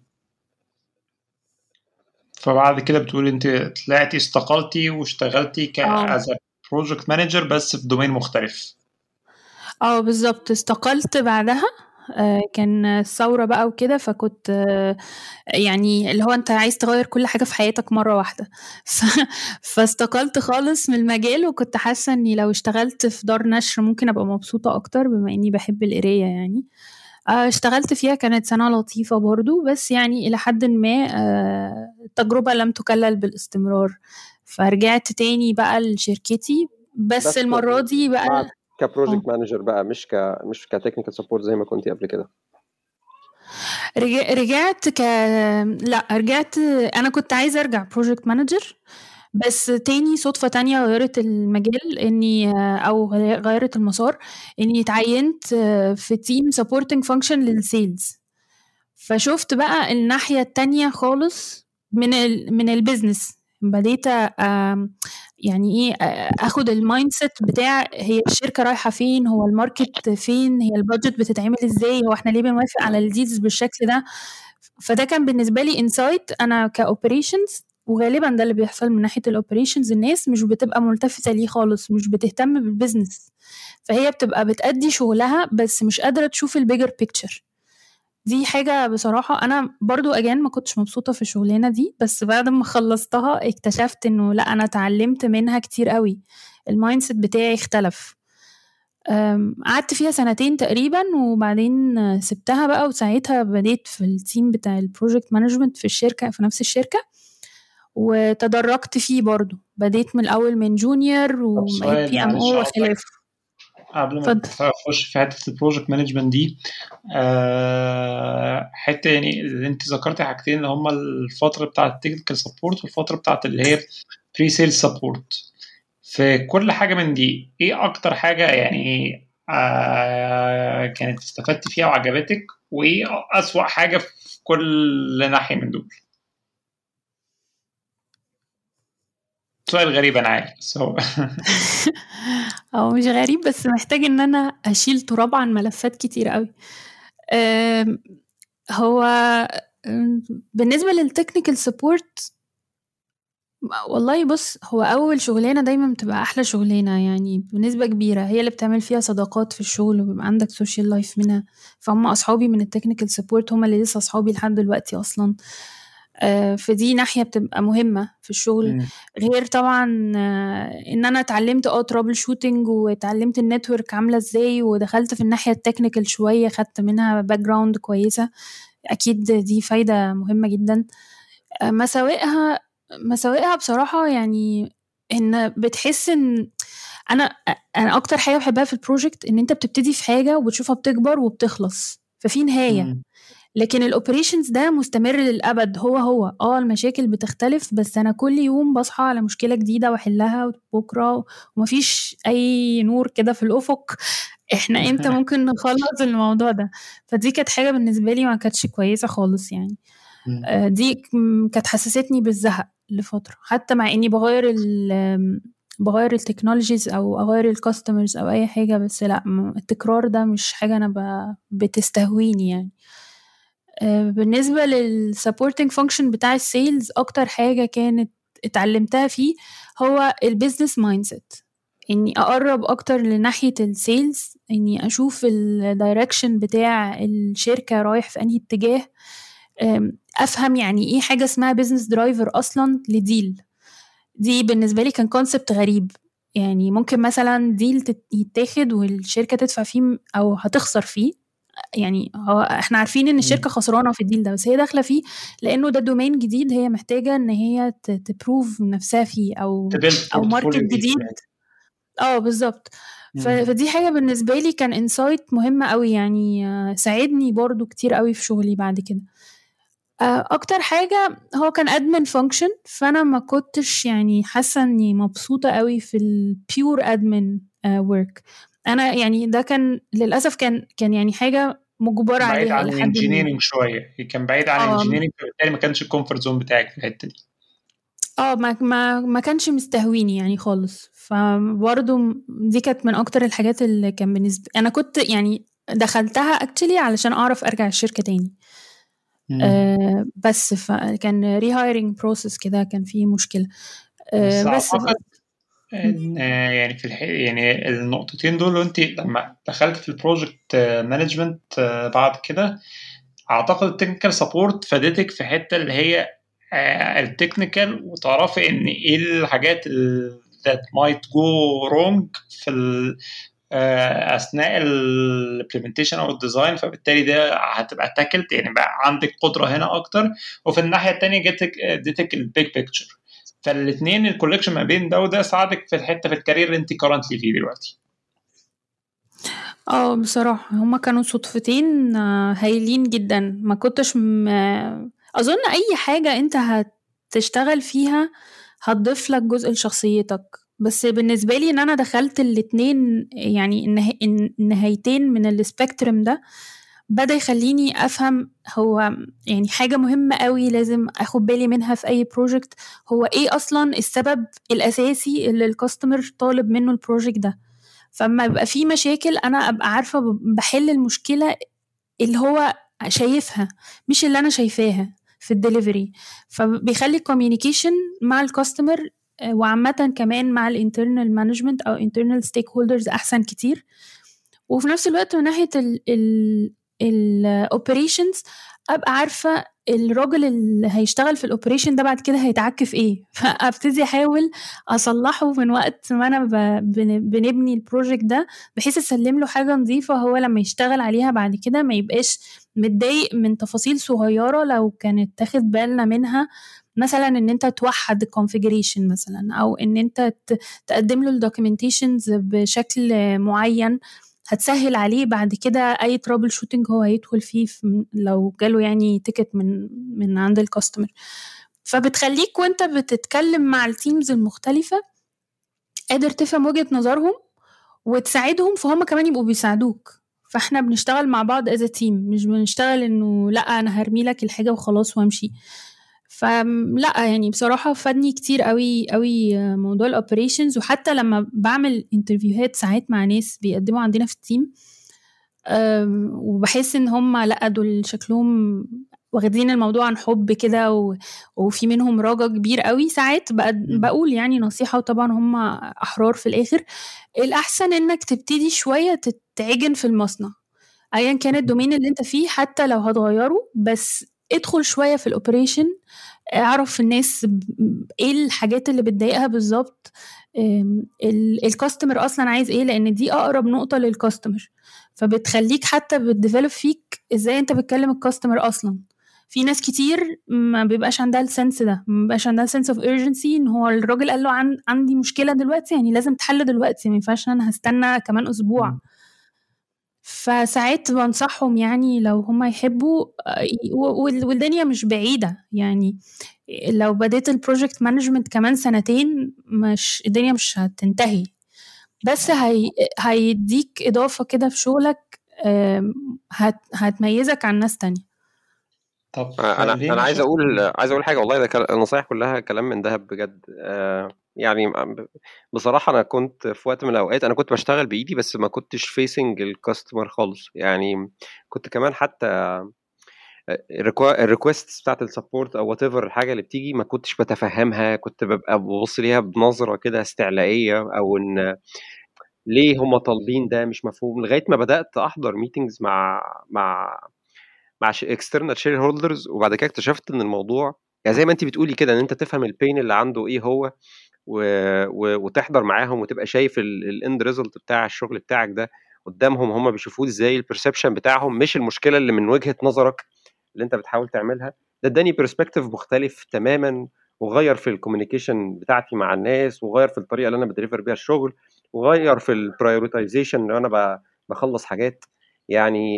فبعد كده بتقول انت طلعتي استقلتي واشتغلتي كاز بروجكت مانجر بس في دومين مختلف. اه بالظبط، استقلت بعدها. آه كان الثورة بقى وكده، فكنت آه يعني اللي هو انت عايز تغير كل حاجة في حياتك مرة واحدة. فاستقلت خالص من المجال، وكنت حاسة اني لو اشتغلت في دار نشر ممكن ابقى مبسوطة اكتر بما اني بحب القراية يعني. آه اشتغلت فيها، كانت سنة لطيفة برضو، بس يعني الى حد ما آه التجربة لم تكلل بالاستمرار، فرجعت تاني بقى لشركتي. بس, بس المرة دي بقى كبروجكت مانجر بقى، مش ك مش كتكنيكال سبورت زي ما كنتي قبل كده. رجع... رجعت ك لا رجعت انا كنت عايزه ارجع بروجكت مانجر، بس تاني صدفه تانية غيرت المجال اني او غيرت المسار، اني اتعينت في تيم سبورتنج فانكشن للسيلز. فشفت بقى الناحيه التانية خالص من ال... من البيزنس. بديت يعني ايه اخد المايند سيت بتاع هي الشركه رايحه فين، هو الماركت فين، هي البادجت بتتعمل ازاي، هو احنا ليه بنوافق على الديلز بالشكل ده. فده كان بالنسبه لي انسايت انا كاوبريشنز، وغالبا ده اللي بيحصل من ناحيه الاوبريشنز، الناس مش بتبقى ملتفته ليه خالص، مش بتهتم بالبيزنس، فهي بتبقى بتأدي شغلها بس مش قادره تشوف البيجر بيكتشر. دي حاجة بصراحة أنا برضو أجان ما كنتش مبسوطة في الشغلانة دي، بس بعد ما خلصتها اكتشفت إنه لأ، أنا اتعلمت منها كتير قوي، المايندسيت بتاعي اختلف. قعدت فيها سنتين تقريبا وبعدين سبتها بقى، وساعتها بديت في التيم بتاع البروجكت مانجمنت في الشركة، في نفس الشركة، وتدرجت فيه برضو. بديت من الأول من جونيور وبقيت بي ام او وخلافه. قبل ما تخش في حته البروجكت مانجمنت دي، أه حته يعني اللي انت ذكرتي حاجتين اللي هم الفتره بتاعه التكنيكال سبورت والفتره بتاعه اللي هي بري سيل سبورت. في كل حاجه من دي ايه اكتر حاجه يعني أه كانت استفدتي فيها وعجبتك، وايه اسوأ حاجه في كل ناحيه من دول؟ سؤال غريب انا عارف، بس هو هو مش غريب، بس محتاج ان انا اشيل تراب عن ملفات كتير قوي. هو بالنسبه للتكنيكال سبورت، والله بص، هو اول شغلانه دايما بتبقى احلى شغلانه يعني بنسبه كبيره، هي اللي بتعمل فيها صداقات في الشغل وبيبقى عندك سوشيال لايف منها. فهم اصحابي من التكنيكال سبورت هم اللي لسه اصحابي لحد دلوقتي اصلا. آه، فدي ناحية بتبقى مهمة في الشغل. مم. غير طبعا آه، ان انا اتعلمت اه ترابل شوتينج واتعلمت النتورك عاملة ازاي، ودخلت في الناحية التكنيكال شوية، خدت منها باك جراوند كويسة. اكيد دي فايدة مهمة جدا. آه، مساوئها مساوئها بصراحة يعني ان بتحس ان انا انا اكتر حاجة بحبها في البروجكت ان انت بتبتدي في حاجة وبتشوفها بتكبر وبتخلص ففي نهاية. مم. لكن الاوبريشنز ده مستمر للابد، هو هو اه المشاكل بتختلف، بس انا كل يوم بصحى على مشكله جديده واحلها بكره، ومفيش اي نور كده في الافق احنا امتى ممكن نخلص الموضوع ده. فدي كانت حاجه بالنسبه لي ما كانتش كويسه خالص يعني. مم. آه، دي م- كانت حسستني بالزهق لفتره، حتى مع اني بغير ال آم، بغير التكنولوجيز او اغير الكاستمرز او اي حاجه، بس لا م- التكرار ده مش حاجه انا ب- بتستهويني يعني. آه، بالنسبة للسupporting function بتاع السيلز، أكتر حاجة كانت اتعلمتها فيه هو البيزنس مايندسيت، إني أقرب أكتر لناحية السيلز، إني أشوف الدايركشن بتاع الشركة رايح في أنهي اتجاه. آم، أفهم يعني إيه حاجة اسمها بيزنس درايفر أصلا لديل. دي بالنسبة لي كان كونسبت غريب، يعني ممكن مثلا ديل تت- يتاخد والشركة تدفع فيه أو هتخسر فيه. يعني هو احنا عارفين ان الشركه مم. خسرانه في الديل ده، بس هي داخله فيه لانه ده دومين جديد هي محتاجه ان هي تبروف نفسها فيه، او تبيلد او ماركت بورتفوليو ليك جديد. يعني. اه بالظبط. ف- مم. فدي حاجه بالنسبه لي كان انسايت مهمه قوي يعني، آه، ساعدني برضو كتير قوي في شغلي بعد كده. آه، اكتر حاجه هو كان ادمن فانكشن، فانا ما كنتش يعني حاسه اني مبسوطه قوي في البيور ادمن ورك. انا يعني ده كان للاسف كان كان يعني حاجه مجبره بعيد عليها عن الى حد ما. الانجينيرنج شويه، كان بعيد عن اه الانجينيرنج، فبالتالي ما كانش الكومفورت زون بتاعك في الحته دي. اه ما ما ما كانش مستهويني يعني خالص. فبرضه دي كانت من اكتر الحاجات اللي كان بالنسبه انا كنت يعني دخلتها اكتلي علشان اعرف ارجع الشركه تاني. مم. آه بس فكان ريهايرنج بروسس كده كان فيه مشكله. آه بس بس ف... اعتقد ان يعني في الح... يعني النقطتين دول، وانت لما دخلت في البروجكت مانجمنت بعد كده، اعتقد التكنيكال سبورت فادتك في حته اللي هي التكنيكال، وتعرفي ان ايه الحاجات ال- that might go wrong في ال آه، اثناء الامبلمنتيشن او الديزاين، فبالتالي ده هتبقى تاكلت، يعني بقى عندك قدره هنا اكتر. وفي الناحيه الثانيه جتك اديتك البيج بيكتشر. فالاثنين الكوليكشن ما بين ده وده ساعدك في الحته في الكارير اللي انت كارنتلي فيه دلوقتي. اه بصراحة هما كانوا صدفتين آه، هايلين جدا. ما كنتش م... آه، أظن أي حاجة أنت هتشتغل فيها هتضيف لك جزء لشخصيتك، بس بالنسبة لي إن أنا دخلت الاتنين يعني النها... النهايتين من السبيكترم ده، بدأ يخليني أفهم هو يعني حاجة مهمة قوي لازم أخد بالي منها في أي بروجكت. هو إيه أصلا السبب الأساسي اللي الكاستمر طالب منه البروجكت ده؟ فما يبقى في مشاكل انا ابقى عارفه ب- بحل المشكله اللي هو شايفها، مش اللي انا شايفاها في الدليفري. فبيخلي الكوميونيكيشن مع الكاستمر وعامه كمان مع الانترنال مانجمنت او internal ستيك هولدرز احسن كتير. وفي نفس الوقت من ناحيه ال الاوبريشنز ابقى عارفه الراجل اللي هيشتغل في الاوبريشن ده بعد كده هيتعك في ايه، فابتدي احاول اصلحه من وقت ما انا ب- بن- بنبني البروجكت ده، بحيث اسلم له حاجه نظيفه هو لما يشتغل عليها بعد كده ما يبقاش متضايق من تفاصيل صغيره لو كانت تاخد بالنا منها. مثلا ان انت توحد الكونفيجريشن مثلا، او ان انت ت- تقدم له الدوكيومنتيشنز بشكل معين هتسهل عليه بعد كده اي ترابل شوتنج هو هيدخل فيه في لو جاله يعني تيكت من من عند الكاستمر. فبتخليك وانت بتتكلم مع التيمز المختلفة قادر تفهم وجهة نظرهم وتساعدهم، فهم كمان يبقوا بيساعدوك. فاحنا بنشتغل مع بعض as a team، مش بنشتغل انه لا انا هرمي لك الحاجة وخلاص وامشي. فلا يعني بصراحة فادني كتير قوي قوي موضوع الاوبريشنز. وحتى لما بعمل انترفيوهات ساعات مع ناس بيقدموا عندنا في التيم، أم، وبحس ان هم لا دول شكلهم واخدين الموضوع عن حب كده، و... وفي منهم رجا كبير قوي. ساعات بق- بقول يعني نصيحة، وطبعا هم أحرار في الآخر، الأحسن إنك تبتدي شوية تتعجن في المصنع أيا كان الدومين اللي انت فيه، حتى لو هتغيره، بس ادخل شويه في الاوبريشن، اعرف الناس ايه الحاجات اللي بتضايقها بالظبط، الكاستمر اصلا عايز ايه، لان دي اقرب نقطه للكاستمر، فبتخليك حتى بتديفلوب فيك ازاي انت بتكلم الكاستمر اصلا. في ناس كتير ما بيبقاش عندها السنس ده، ما بيبقاش عندها sense of urgency، ان هو الراجل قال له عن عندي مشكله دلوقتي، يعني لازم تحل دلوقتي، ما ينفعش انا هستنى كمان اسبوع. فساعات بنصحهم يعني لو هم يحبوا، والدنيا مش بعيدة، يعني لو بديت البروجكت مانجمنت كمان سنتين مش الدنيا مش هتنتهي، بس هي هيديك إضافة كده في شغلك هت هتميزك عن ناس تانية. طب انا انا عايز اقول عايز اقول حاجه والله، ده النصايح كلها كلام من دهب بجد. آه يعني بصراحه انا كنت في وقت من الاوقات انا كنت بشتغل بايدي بس ما كنتش فيسنج الكاستمر خالص، يعني كنت كمان حتى الريكوست بتاعت السبورت او وات ايفر الحاجه اللي بتيجي ما كنتش بتفهمها، كنت ببقى ببص ليها بنظره كده استعلائيه، او ان ليه هم طالبين ده مش مفهوم، لغايه ما بدات احضر ميتينجز مع مع مع اكسترنال شير هولدرز، وبعد كده اكتشفت ان الموضوع يعني زي ما انت بتقولي كده، ان انت تفهم البين اللي عنده ايه هو و... و... وتحضر معاهم وتبقى شايف الاند ريزلت بتاع الشغل بتاعك ده قدامهم، هم بيشوفوه ازاي، البرسبشن بتاعهم مش المشكله اللي من وجهه نظرك اللي انت بتحاول تعملها. ده اداني برسبكتيف مختلف تماما، وغير في الكوميونيكيشن بتاعتي مع الناس، وغير في الطريقه اللي انا بدريفر بيها الشغل، وغير في البرايورتايزيشن اللي انا بخلص حاجات. يعني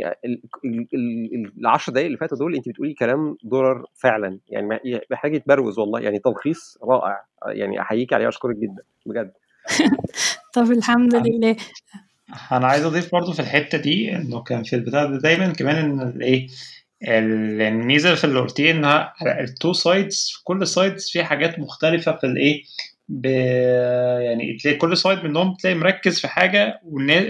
العشر دقايق اللي فاتوا دول انت بتقولي كلام ضرر فعلا، يعني بحاجه يتبروز والله، يعني تلخيص رائع، يعني احييك عليه واشكرك جدا بجد. طب الحمد لله. انا عايز اضيف برضو في الحته دي انه كان في البتاع ده دايما كمان ان الايه الميزه في اللي قلتيه انها التو سايدز، كل سايدز فيه حاجات مختلفه في الايه، يعني تلاقي كل سايد منهم تلاقي مركز في حاجه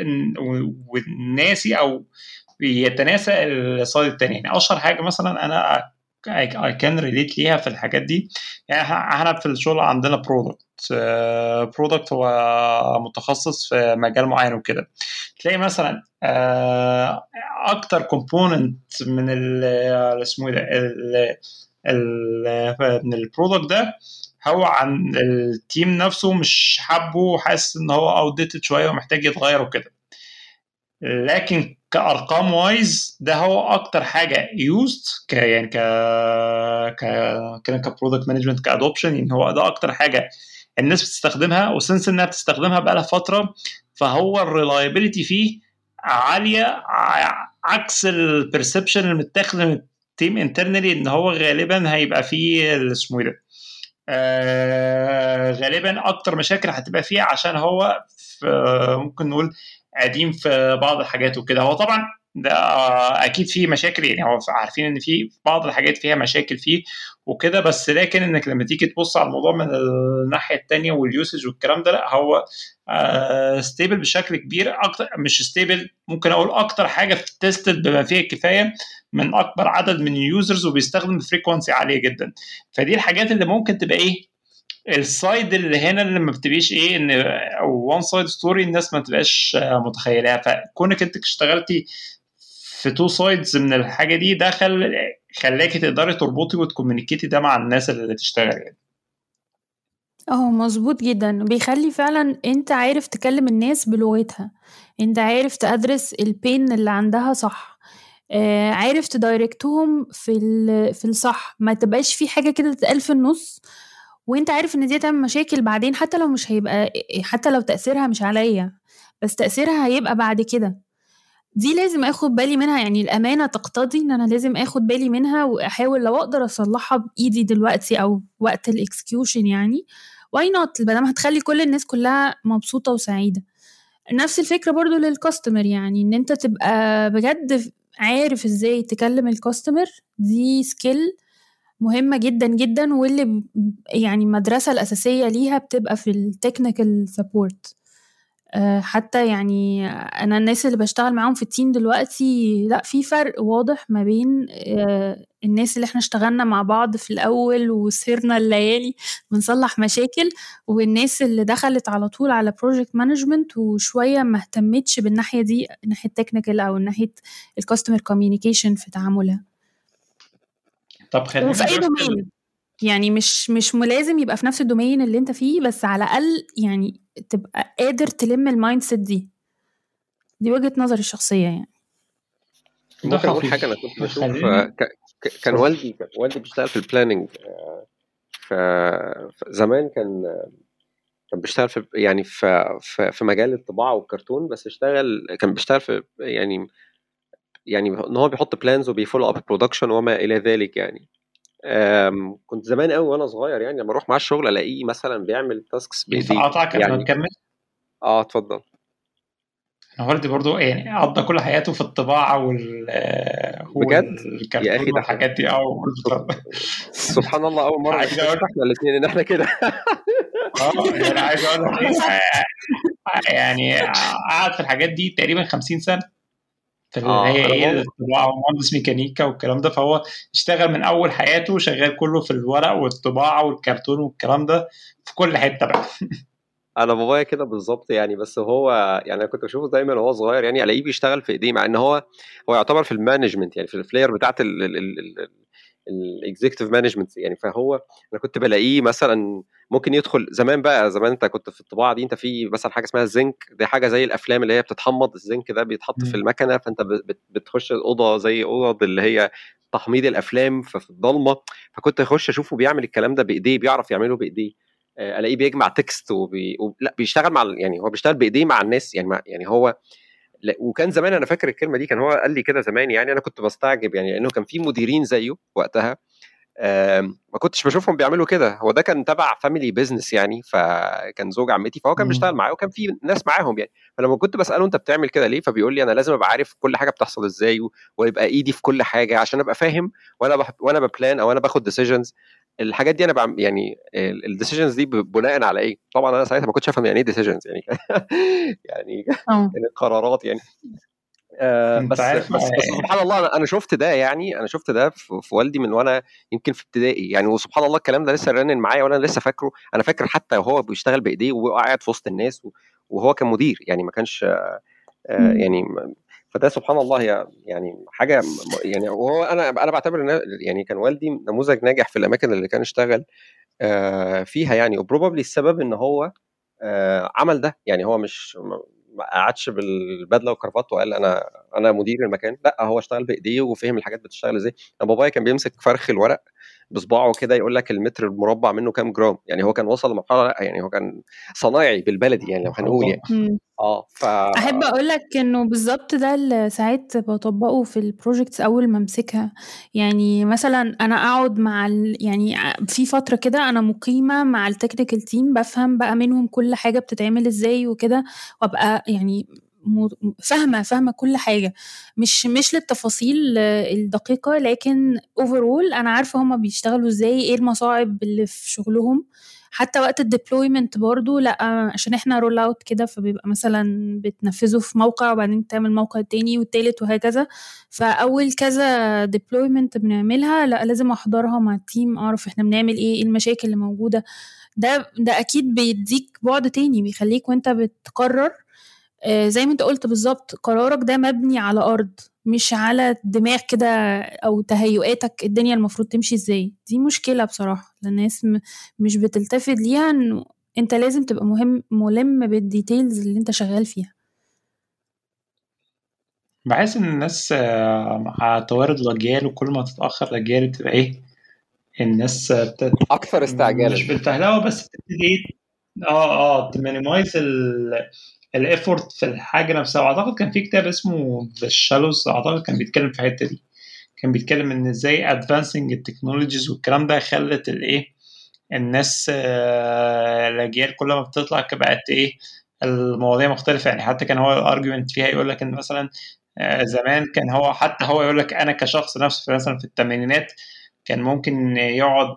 والناسي او يتناسى السايد التاني. يعني اشهر حاجه مثلا انا اي كان ريليت ليها في الحاجات دي، يعني احنا في الشغل عندنا برودكت برودكت هو متخصص في مجال معين وكده، تلاقي مثلا اكتر كومبوننت من ال اسمه ده من البرودكت ده هو عن التيم نفسه مش حابه، حاسس ان هو اوتديتد شويه ومحتاج يتغير وكده، لكن كارقام وايز ده هو اكتر حاجه يوزد ك يعني ك ك كبرودكت مانجمنت كادوبشن، يعني هو ده اكتر حاجه الناس بتستخدمها، وسنس انها بتستخدمها بقى لها فتره، فهو الريلايبيليتي فيه عاليه عكس البرسبشن المتاخد من التيم انترنالي ان هو غالبا هيبقى فيه اسمه ده آه غالبا اكتر مشاكل هتبقى فيه عشان هو ممكن نقول قديم في بعض الحاجات وكده. هو طبعا ده اكيد فيه مشاكل، يعني هو عارفين ان في بعض الحاجات فيها مشاكل فيه وكده، بس لكن انك لما تيجي تبص على الموضوع من الناحيه الثانيه واليوسج والكلام ده، لا هو آه ستيبل بشكل كبير، اكتر مش ستيبل ممكن اقول اكتر حاجه تيستد بما فيه الكفايه من اكبر عدد من اليوزرز، وبيستخدم فريكوانسي عاليه جدا. فدي الحاجات اللي ممكن تبقى ايه السايد اللي هنا اللي ما بتبقيش ايه ان وان سايد ستوري الناس ما تبقاش متخيلها، فكونك انت اشتغلتي في تو سايدز من الحاجه دي ده خل... خلاكي تقدري تربطي وتكومينيكيتي ده مع الناس اللي تشتغل يعني. اه مظبوط جدا، بيخلي فعلا انت عارف تكلم الناس بلغتها، انت عارف تدرس البين اللي عندها صح، آه عارف تدايركتهم في في الصح، ما تبقاش في حاجه كده تتقال في النص وانت عارف ان دي تعمل مشاكل بعدين، حتى لو مش هيبقى، حتى لو تأثيرها مش عليا بس تأثيرها هيبقى بعد كده. دي لازم اخد بالي منها، يعني الامانه تقتضي ان انا لازم اخد بالي منها واحاول لو اقدر اصلحها بايدي دلوقتي او وقت الاكسكيوشن، يعني واي نوت بدل ما هتخلي كل الناس كلها مبسوطه وسعيده. نفس الفكره برضو للكاستمر، يعني ان انت تبقى بجد عارف ازاي تكلم الكاستمر، دي سكيل مهمة جدا جدا، واللي يعني المدرسة الأساسية ليها بتبقى في التكنيكال سبورت. حتى يعني أنا الناس اللي بشتغل معاهم في التيم دلوقتي لا في فرق واضح ما بين الناس اللي احنا اشتغلنا مع بعض في الأول وسهرنا الليالي بنصلح مشاكل، والناس اللي دخلت على طول على بروجكت مانجمنت وشوية ما اهتمتش بالناحية دي، ناحية تكنيكال أو ناحية الكاستمر كوميونيكيشن في تعاملها. طب خلينا وفي اي دومين، يعني مش مش ملازم يبقى في نفس الدومين اللي انت فيه، بس على الاقل يعني تبقى قادر تلم المايند سيت دي. دي وجهة نظري الشخصية يعني. ممكن اقول حاجه. انا كنت بشوف كان والدي كان والدي بيشتغل في البلاننج. فزمان كان كان بيشتغل في يعني في في مجال الطباعه والكرتون، بس اشتغل كان بيشتغل في يعني يعني ان هو بيحط بلانز وبيفولو اب برودكشن وما الى ذلك يعني. كنت زمان قوي وانا صغير يعني لما اروح معاه الشغل الاقيه مثلا بيعمل تاسكس بايديه يعني. نكمل. اه اتفضل. انا والدي برضو يعني قضى كل حياته في الطباعه وال بجد يا اخي ده الحاجات دي. اه سبحان الله، اول مره نكتشف احنا الاثنين ان احنا كده. اه انا عايز اقول لك يعني قعد في الحاجات دي تقريبا خمسين سنه في اللي هي ايه الطباعه ومهندس ميكانيكا والكلام ده. فهو اشتغل من اول حياته شغال كله في الورق والطباعه والكرتون والكلام ده في كل حته بقى. انا بابايا كده بالظبط يعني. بس هو يعني انا كنت بشوفه دايما وهو صغير يعني الاقيه بيشتغل في ايديه، مع ان هو هو يعتبر في المانجمنت يعني في الفلاير بتاعه الاكزيكتيف مانجمنت يعني. فهو انا كنت بلاقيه مثلا ممكن يدخل زمان بقى زمان انت كنت في الطباعه دي انت في مثلا حاجه اسمها الزنك، دي حاجه زي الافلام اللي هي بتتحمض. الزنك ده بيتحط في المكنه، فانت بتخش الاوضه زي اوضه اللي هي تحميض الافلام ففي الضلمه. فكنت اخش اشوفه بيعمل الكلام ده بايديه، بيعرف يعمله بايديه. الاقيه بيجمع تكست وبي... لا بيشتغل مع يعني هو بيشتغل بايديه مع الناس يعني مع... يعني هو لا. وكان زمان انا فاكر الكلمه دي كان هو قال لي كده زمان يعني انا كنت بستعجب يعني لانه كان في مديرين زيه وقتها ما كنتش بشوفهم بيعملوا كده. هو ده كان تبع فاميلي بيزنس يعني، فكان زوج عمتي فهو كان بيشتغل معاه وكان في ناس معاهم يعني. فلما كنت بساله انت بتعمل كده ليه، فبيقول لي انا لازم ابقى عارف كل حاجه بتحصل ازاي ويبقى ايدي في كل حاجه عشان ابقى فاهم وانا بح... وانا ببلان او انا باخد ديسيجنز الحاجات دي. انا بعمل يعني الديسيجنز دي بناء على ايه. طبعا انا ساعتها ما كنتش افهم يعني ايه ديسيجنز يعني يعني يعني القرارات يعني. آه بس بس بس سبحان الله انا انا شفت ده يعني انا شفت ده في, في والدي من وانا يمكن في ابتدائي يعني. وسبحان الله الكلام ده لسه رنن معايا وانا لسه فاكره. انا فاكر حتى وهو بيشتغل بايديه وقاعد في وسط الناس وهو كان مدير يعني ما كانش آه يعني. فده سبحان الله هي يعني حاجه يعني. وهو انا انا بعتبر يعني كان والدي نموذج ناجح في الاماكن اللي كان اشتغل آه فيها يعني. وبروبابلي السبب ان هو آه عمل ده يعني. هو مش ما قعدش بالبدله والكرافات وقال انا انا مدير المكان، لا هو اشتغل بايديه وفهم الحاجات بتشتغل ازاي. انا بابايا كان بيمسك فرخ الورق بصباعه كده يقول لك المتر المربع منه كام جرام يعني. هو كان وصل لمرحله لا يعني هو كان صنايعي بالبلدي يعني لو هنقول يعني. اه ف احب اقول لك انه بالظبط ده اللي ساعات بطبقه في البروجكتس اول ما امسكها. يعني مثلا انا اقعد مع ال... يعني في فتره كده انا مقيمه مع التكنيكال تيم بفهم بقى منهم كل حاجه بتتعمل ازاي وكده، وابقى يعني فاهمه فاهمه كل حاجه، مش مش للتفاصيل الدقيقه، لكن اوفرول انا عارفه هما بيشتغلوا ازاي، ايه المصاعب اللي في شغلهم. حتى وقت الديبلويمنت برضو لا عشان احنا رول اوت كده، فبيبقى مثلا بتنفذه في موقع وبعدين تعمل موقع تاني والتالت وهكذا. فاول كذا ديبلويمنت بنعملها لا لازم احضرها مع التيم، اعرف احنا بنعمل ايه، ايه المشاكل اللي موجوده. ده ده اكيد بيديك بعد تاني، بيخليك وانت بتقرر آه زي ما انت قلت بالظبط، قرارك ده مبني على ارض مش على دماغ كده او تهيؤاتك الدنيا المفروض تمشي ازاي. دي مشكلة بصراحة الناس م- مش بتلتفت ليها، انه انت لازم تبقى مهم ملم بالديتيلز اللي انت شغال فيها. بحس ان الناس مع توارد الاجيال وكل ما تتاخر الاجيال بتبقى ايه الناس بتت... اكثر استعجالا مش بالفهلوه بس بتبتدي اه اه تمينيمايز الافورت في الحاجه نفسها. واعتقد كان في كتاب اسمه ذا شالوز اعتقد كان بيتكلم في الحته دي، كان بيتكلم ان ازاي ادفانسنج التكنولوجيز والكلام ده خلت الايه الناس آه الاجيال كل ما بتطلع بقت ايه المواضيع مختلفه يعني. حتى كان هو الارجيومنت فيها يقول لك ان مثلا آه زمان كان هو حتى هو يقول لك انا كشخص نفسه مثلا في الثمانينات كان ممكن يقعد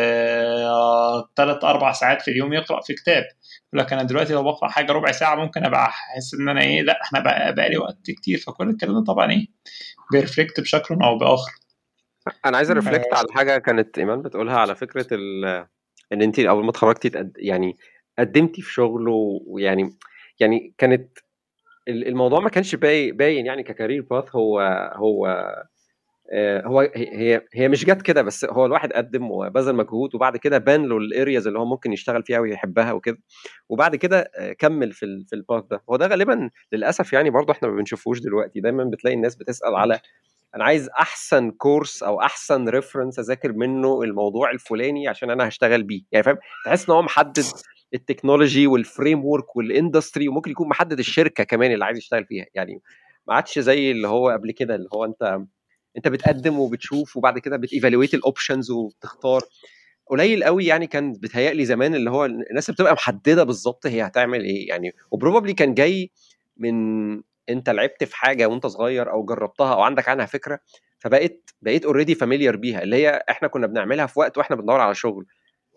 ثلاث اربع ساعات في اليوم يقرا في كتاب. يقول لك انا دلوقتي لو بقرا حاجه ربع ساعه ممكن ابقى احس ان انا ايه لا احنا بقى, بقى لي وقت كتير. فكل الكلام ده طبعا ايه بيرفلكت بشكل او باخر. انا عايز ارفلكت على حاجه كانت ايمان بتقولها على فكره ان انت اول ما اتخرجتي تقد... يعني قدمتي في شغل ويعني يعني كانت الموضوع ما كانش باين باين يعني ككارير باث. هو هو هو هي هي مش جت كده، بس هو الواحد قدم وبذل مجهود وبعد كده بان له الارياز اللي هو ممكن يشتغل فيها ويحبها وكده، وبعد كده كمل في ال في الباث ده. هو ده غالبا للاسف يعني برضه احنا ما بنشوفوش دلوقتي. دايما بتلاقي الناس بتسال على انا عايز احسن كورس او احسن ريفرنس اذاكر منه الموضوع الفلاني عشان انا هشتغل بيه، يعني فاهم؟ تحس ان هو محدد التكنولوجي والفريم ورك والاندستري، وممكن يكون محدد الشركه كمان اللي عايز يشتغل فيها. يعني ما عادش زي اللي هو قبل كده، اللي هو انت انت بتقدم وبتشوف وبعد كده بتيفالويت الاوبشنز وبتختار. قليل قوي يعني كان بتهيألي زمان اللي هو الناس بتبقى محدده بالظبط هي هتعمل ايه يعني، وبروبابلي كان جاي من انت لعبت في حاجه وانت صغير او جربتها او عندك عنها فكره، فبقيت بقيت اوريدي فاميليار بيها، اللي هي احنا كنا بنعملها في وقت واحنا بندور على شغل.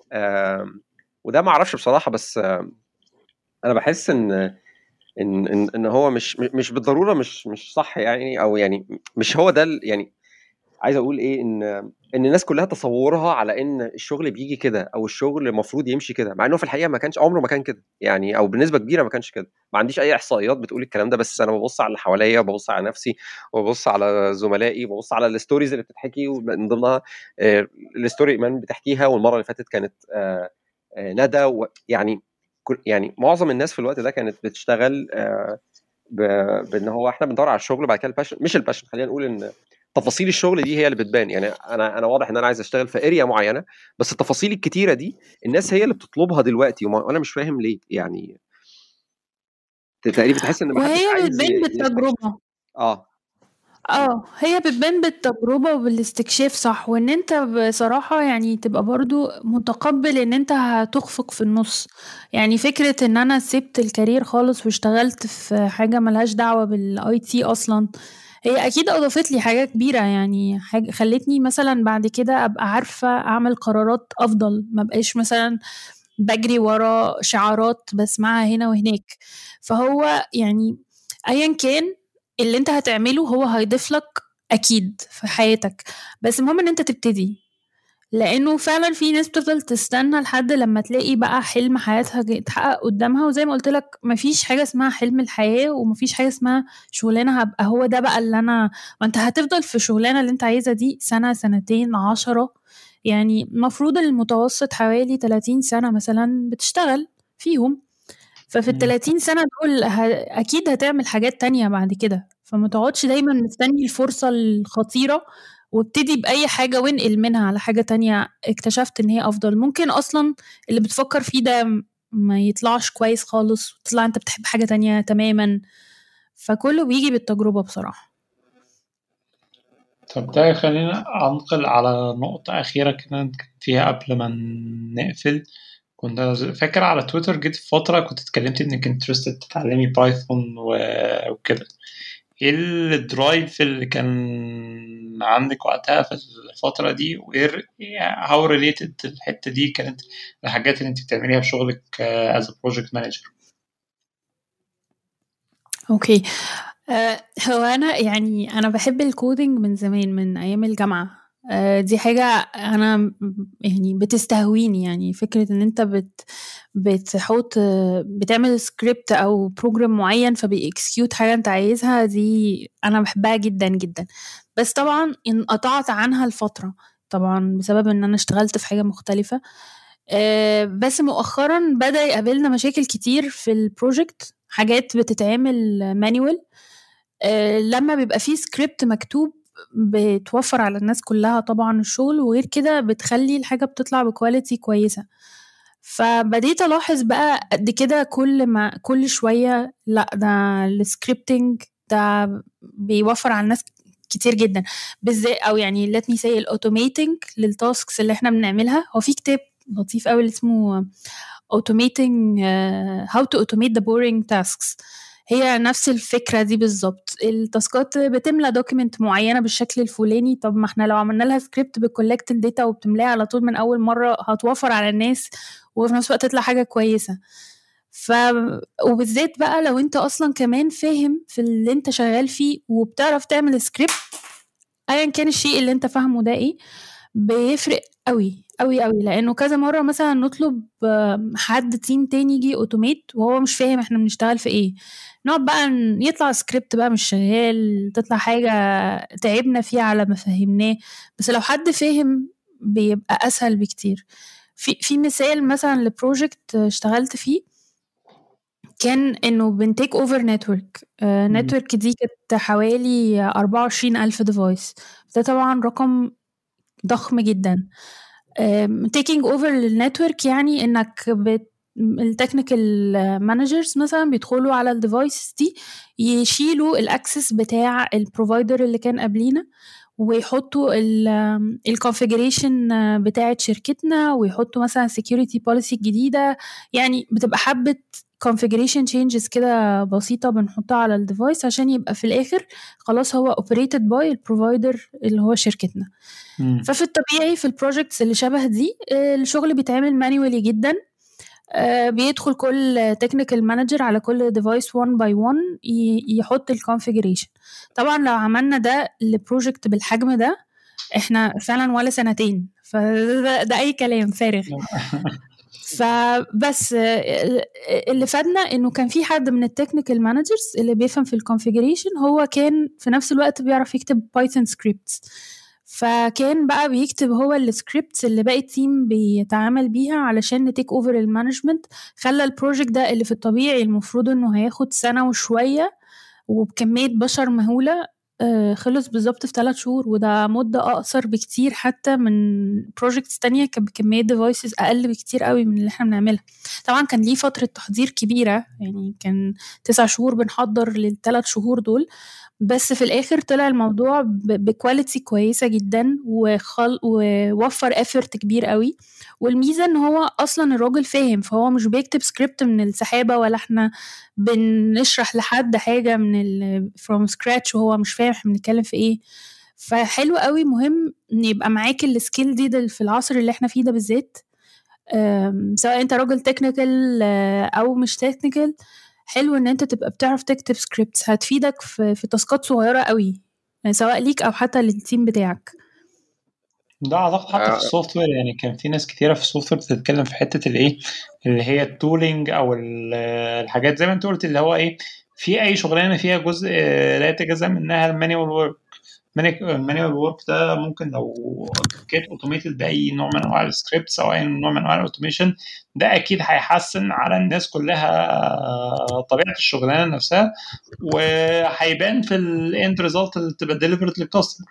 وده ما اعرفش بصراحه، بس انا بحس ان ان ان, إن هو مش مش بالضروره مش مش صح يعني، او يعني مش هو ده يعني. عايز اقول ايه، ان ان الناس كلها تصورها على ان الشغل بيجي كده او الشغل المفروض يمشي كده، مع انه في الحقيقه ما كانش، عمره ما كان كده يعني، او بنسبه كبيره ما كانش كده. ما عنديش اي احصائيات بتقول الكلام ده، بس انا ببص على اللي حواليا وببص على نفسي وببص على زملائي وببص على الستوريز اللي بتتحكي، ومن ضمنها آه الستوري ايمان بتحكيها، والمره اللي فاتت كانت آه آه ندى، يعني يعني معظم الناس في الوقت ده كانت بتشتغل آه بان هو احنا بندور على الشغل، بعد كده الباشن، مش الباشن، خلينا نقول ان تفاصيل الشغل دي هي اللي بتبان. يعني انا انا واضح ان انا عايز اشتغل في اريا معينه، بس التفاصيل الكتيره دي الناس هي اللي بتطلبها دلوقتي، وانا مش فاهم ليه يعني. تقريبا تحس ان ما حدش وهي عايز بتبان بالتجربه. اه اه هي بتبان بالتجربة وبالاستكشاف، صح. وان انت بصراحة يعني تبقى برضو متقبل ان انت هتخفق في النص. يعني فكرة ان انا سبت الكارير خالص واشتغلت في حاجة ملهاش دعوة بالاي تي اصلا، هي اكيد اضافت لي حاجة كبيرة. يعني حاجة خلتني مثلا بعد كده ابقى عارفة اعمل قرارات افضل، ما بقاش مثلا بجري ورا شعارات بسمعها هنا وهناك. فهو يعني ايا كان اللي انت هتعمله هو هيضيف لك اكيد في حياتك، بس المهم ان انت تبتدي. لانه فعلا في ناس بتفضل تستنى لحد لما تلاقي بقى حلم حياتها يتحقق قدامها، وزي ما قلت لك مفيش حاجه اسمها حلم الحياه، ومفيش حاجه اسمها شغلانه هبقى هو ده بقى اللي انا. ما انت هتفضل في شغلانه اللي انت عايزها دي سنه سنتين عشرة، يعني المفروض المتوسط حوالي ثلاثين سنه مثلا بتشتغل فيهم. ففي الثلاثين سنة دول ه... أكيد هتعمل حاجات تانية بعد كده، فما تقعدش دايما مستني الفرصة الخطيرة، وابتدي بأي حاجة وانقل منها على حاجة تانية اكتشفت ان هي أفضل. ممكن أصلا اللي بتفكر فيه ده ما يطلعش كويس خالص، وتطلع انت بتحب حاجة تانية تماما. فكله بيجي بالتجربة بصراحة. طب ده خلينا أنقل على نقطة أخيرة كده فيها قبل ما نقفل. كنت فاكر على تويتر جيت في فترة كنت اتكلمت انك انترستد تتعلمي بايثون وكده. ايه الدرايف اللي كان عندك وقتها في الفترة دي، وايه هاو ريليتد الحتة دي كانت الحاجات اللي انت بتعمليها في شغلك as a project manager؟ اوكي. أه هو انا يعني انا بحب الكودينج من زمان، من ايام الجامعة. أه دي حاجة انا يعني بتستهويني. يعني فكرة ان انت بت بتحط بتعمل سكريبت او بروجرام معين فبيكسكيوت حاجة انت عايزها، دي انا بحبها جدا جدا. بس طبعا انقطعت عنها الفترة، طبعا بسبب ان انا اشتغلت في حاجة مختلفة. أه بس مؤخرا بدأ يقابلنا مشاكل كتير في البروجكت، حاجات بتتعمل مانيوال. أه لما بيبقى فيه سكريبت مكتوب بتوفر على الناس كلها طبعا الشغل، وغير كده بتخلي الحاجة بتطلع بكواليتي كويسة. فبديت ألاحظ بقى قد كده كل ما كل شوية لا ده السكريبتنج ده بيوفر على الناس كتير جدا، بالذات او يعني let me say الاوتوميتنج للتاسكس اللي احنا بنعملها. هو في كتاب لطيف قوي اللي اسمه automating uh, how to automate the boring tasks. هي نفس الفكرة دي بالظبط. التاسكات بتملى دوكيمنت معينة بالشكل الفلاني، طب ما احنا لو عملنا لها سكريبت بكولكت الداتا وبتملاها على طول من أول مرة هتوفر على الناس، وفي نفس الوقت تطلع حاجة كويسة. ف وبالذات بقى لو انت أصلا كمان فاهم في اللي انت شغال فيه وبتعرف تعمل سكريبت، ايا كان الشيء اللي انت فاهمه ده ايه، بيفرق قوي قوي قوي، لانه كذا مره مثلا نطلب آم، حد تيم تاني يجي اوتوميت وهو مش فاهم احنا بنشتغل في ايه، نقعد بقى ن- يطلع سكريبت بقى مش شغال، تطلع حاجه تعبنا فيها على ما فهمناه. بس لو حد فهم بيبقى اسهل بكتير. في في مثال مثلا لبروجكت اشتغلت فيه، كان انه بنتيك اوفر نتورك. نتورك دي كانت حوالي أربعة وعشرين ألف ديفايس. ده طبعا رقم ضخم جدا. تيكينج اوفر للنتورك يعني انك بت التكنيكال مانجرز مثلا بيدخلوا على الديفايس دي، يشيلوا الاكسس بتاع البروفايدر اللي كان قبلينا، ويحطوا الكونفيجريشن بتاعت شركتنا، ويحطوا مثلا security policy جديدة. يعني بتبقى حبة configuration changes كده بسيطة بنحطها على الديفايس عشان يبقى في الآخر خلاص هو operated by البروفايدر اللي هو شركتنا. مم. ففي الطبيعي في البروجكتس اللي شبه دي آه، الشغل بيتعمل مانيوالي جدا. آه، بيدخل كل تكنيكال مانجر على كل ديفايس one by one ي- يحط الكونفيجريشن. طبعا لو عملنا ده لبروجكت بالحجم ده احنا فعلا ولا سنتين، فده ده اي كلام فارغ. فبس آه، اللي فادنا انه كان في حد من التكنيكال مانجرز اللي بيفهم في الكونفيجريشن، هو كان في نفس الوقت بيعرف يكتب بايثون سكريبتس، فكان بقى بيكتب هو السكريبتس اللي باقي التيم بيتعامل بيها علشان نتيك اوفر المانجمنت. خلى البروجكت ده اللي في الطبيعي المفروض انه هياخد سنة وشوية وبكمية بشر مهولة، آه، خلص بالظبط في ثلاث شهور. وده مدة أقصر بكتير حتى من بروجكتس تانية كانت بكمية ديفايسز أقل بكتير قوي من اللي احنا بنعملها. طبعا كان ليه فترة تحضير كبيرة، يعني كان تسع شهور بنحضر للثلاث شهور دول، بس في الآخر طلع الموضوع بكواليتي كويسة جدا وخل... ووفر effort كبير قوي. والميزة ان هو اصلا الراجل فاهم، فهو مش بيكتب سكريبت من السحابة، ولا احنا بنشرح لحد حاجة من ال from scratch وهو مش فاهم احنا بنتكلم في ايه. فحلو قوي، مهم ان يبقى معاك السكيل دي ده في العصر اللي احنا فيه ده بالذات. أم، سواء انت راجل تكنيكال او مش تكنيكال، حلو ان انت تبقى بتعرف تكتب سكريبتس هتفيدك في في تاسكات صغيرة قوي، يعني سواء ليك او حتى للتيم بتاعك. ده اعتقد حتى في آه، السوفت وير، يعني كان في ناس كتيره في السوفت وير بتتكلم في حته الايه اللي هي التولينج او ال- الحاجات زي ما انت قلت اللي هو ايه، في اي شغلانه فيها جزء آه، لا يتجزا منها المانيوال ورك. المانيوال ورك ده ممكن لو كانت اوتوميتد باي نوع من انواع السكريبتس او اي نوع من انواع الاوتوميشن، ده اكيد هيحسن على الناس كلها آه، طبيعه الشغلانه نفسها، وهيبان في الاند ريزلت اللي تبقى ديليفرد للكاستمر.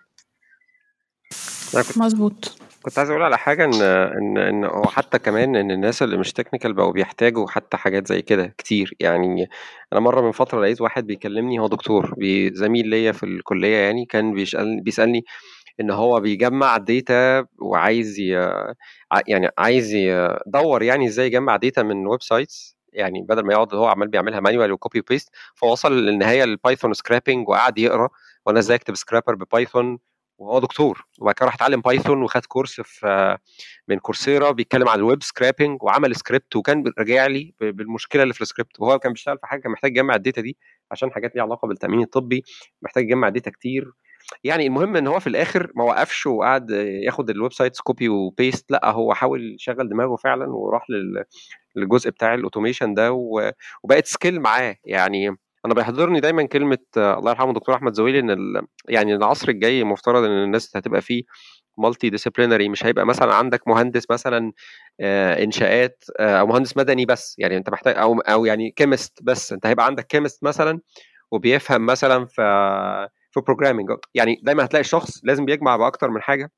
انا كنت مظبوط. كنت عايز اقول على حاجه ان ان ان هو حتى كمان ان الناس اللي مش تكنيكال بقوا بيحتاجوا حتى حاجات زي كده كتير. يعني انا مره من فتره لقيت واحد بيكلمني، هو دكتور بي- زميل ليا في الكليه، يعني كان بيسأل بيسالني ان هو بيجمع داتا وعايز ي... ع- يعني عايز يدور يعني ازاي يجمع داتا من ويب سايتس، يعني بدل ما يقعد هو عمال بيعملها مانيوال وكوبي بيست. فوصل للنهايه البايثون سكرابنج وقعد يقرا وانا ازاي اكتب سكرابر ببايثون، وهو دكتور. وبعد كده راح اتعلم بايثون وخد كورس في من كورسيرا بيتكلم عن الويب سكرابنج، وعمل سكريبت وكان راجع لي ب- بالمشكله اللي في السكريبت. وهو كان بيشتغل في حاجه كان محتاج يجمع الداتا دي عشان حاجات ليها علاقه بالتامين الطبي، محتاج يجمع داتا كتير. يعني المهم ان هو في الاخر ما وقفش وقعد ياخد الويب سايتس كوبي وبيست، لا هو حاول يشغل دماغه فعلا وراح لل- للجزء بتاع الاوتوميشن ده، و- وبقت سكيل معاه. يعني انا بيحضرني دايما كلمه آه، الله يرحمه دكتور احمد زويل، ان ال... يعني العصر الجاي مفترض ان الناس هتبقى فيه مالتي ديسيبلينري. مش هيبقى مثلا عندك مهندس مثلا آه، انشاءات آه، او مهندس مدني بس، يعني انت محتاج او او يعني كيمست بس. انت هيبقى عندك كيمست مثلا وبيفهم مثلا في في بروجرامينج. يعني دايما هتلاقي شخص لازم بيجمع باكتر من حاجه.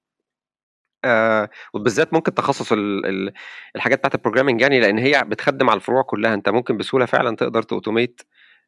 آه وبالذات ممكن تخصص ال ال الحاجات بتاعت البروجرامينج، يعني لان هي بتخدم على الفروع كلها. انت ممكن بسهوله فعلا تقدر تاوتوميت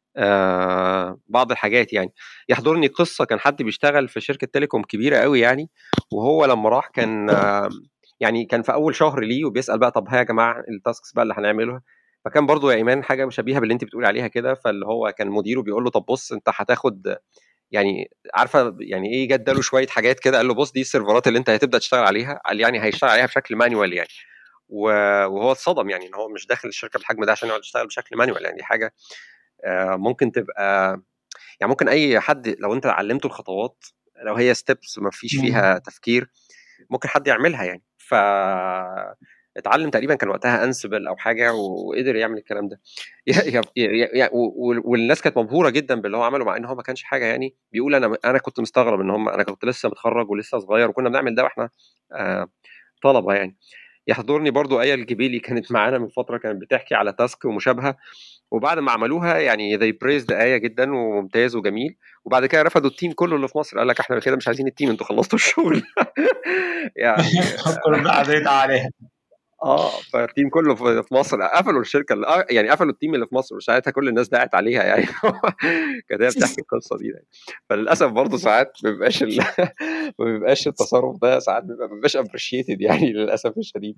آه بعض الحاجات. يعني يحضرني قصه، كان حد بيشتغل في شركه تيليكوم كبيره قوي يعني، وهو لما راح كان آه يعني كان في اول شهر ليه وبيسال بقى طب ها يا جماعه التاسكس بقى اللي هنعملها. فكان برضو يا ايمان حاجه شبيهه باللي انت بتقولي عليها كده. فاللي هو كان مديره بيقول له طب بص انت هتاخد، يعني عارفه يعني ايه، جد له شويه حاجات كده، قال له بص دي السيرفرات اللي انت هتبدا تشتغل عليها. قال يعني هيشتغل عليها بشكل مانيوال يعني. و- وهو اتصدم يعني ان هو مش داخل الشركه بالحجم ده عشان يقعد يشتغل بشكل مانيوال. يعني دي حاجه آه، ممكن تبقى، يعني ممكن اي حد لو انت علمته الخطوات، لو هي ستيبس ما فيش مم. فيها تفكير، ممكن حد يعملها يعني. ف اتعلم تقريبا كان وقتها انسبل او حاجه وقدر يعمل الكلام ده. والناس كانت مبهوره جدا باللي هو عمله، مع ان هو ما كانش حاجه يعني. بيقول انا انا كنت مستغرب ان هم، انا كنت لسه متخرج ولسه صغير وكنا بنعمل ده واحنا آه طلبه يعني. يحضرني برضو آية الجبيلي كانت معانا من فتره، كانت بتحكي على تاسك ومشابهه، وبعد ما عملوها يعني they praised آية جدا وممتاز وجميل، وبعد كده رفضوا التيم كله اللي في مصر، قال لك احنا كده مش عايزين التيم، انتوا خلصتوا الشغل. يعني كل بقى عديت عليها. اه فالتيم كله في مصر قفلوا الشركه اللي يعني قفلوا التيم اللي في مصر، وساعتها كل الناس دعت عليها يعني. كانت هي بتحكي القصه دي يعني. فللاسف برضه ساعات ما بيبقاش ال... ما بيبقاش التصرف ده، ساعات بيبقى ما بيبقاش ابريشيتد يعني للاسف الشديد.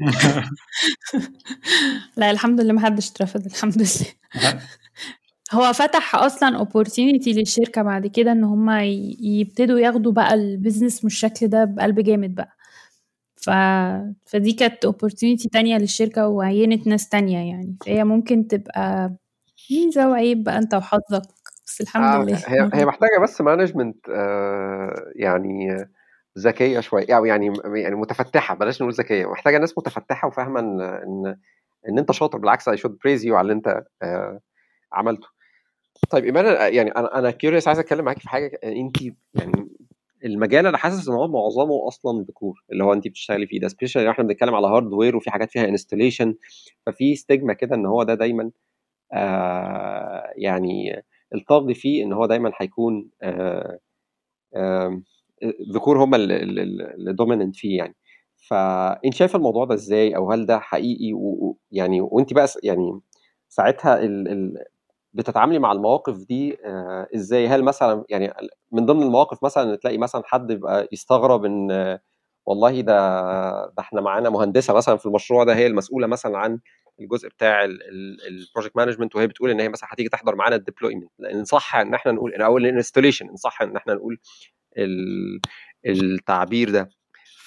لا الحمد لله ما حدش اترفض الحمد لله. هو فتح اصلا opportunity للشركه بعد كده ان هم يبتدوا ياخدوا بقى البيزنس من الشكل ده بقلب جامد بقى. ف... فدي كانت opportunity تانية للشركة وعينت ناس تانية يعني، فهي ممكن تبقى ميزة وعيب بقى انت وحظك، بس الحمد آه لله. هي هي محتاجه بس مانجمنت آه يعني ذكيه شويه، او يعني يعني متفتحه، بلاش نقول ذكيه، محتاجه ناس متفتحه وفاهمه ان ان ان انت شاطر. بالعكس I should praise you على اللي انت آه عملته. طيب ايمان، يعني انا انا كيوريوس، عايز اتكلم معاكي في حاجه. انت يعني المجال انا حاسس ان هو معظمه اصلا ديكور اللي هو انت بتشتغلي فيه ده، سبيشالي احنا بنتكلم على هاردوير وفي حاجات فيها انستليشن، ففي ستيجما كده ان هو ده دايما آه يعني الطاغي فيه ان هو دايما هيكون آه آه الذكور هم اللي دوميننت فيه يعني. فانت شايفه الموضوع ده ازاي، او هل ده حقيقي؟ ويعني وانت بقى يعني ساعتها ال ال بتتعاملي مع المواقف دي آه ازاي؟ هل مثلا يعني من ضمن المواقف مثلا تلاقي مثلا حد يبقى يستغرب ان آه والله ده ده احنا معانا مهندسه مثلا في المشروع ده هي المسؤوله مثلا عن الجزء بتاع البروجكت مانجمنت، وهي بتقول ان هي مثلا هتيجي تحضر معانا الديبلويمنت، لان صح ان احنا نقول او الانستليشن، ان صح ان احنا نقول التعبير ده. ف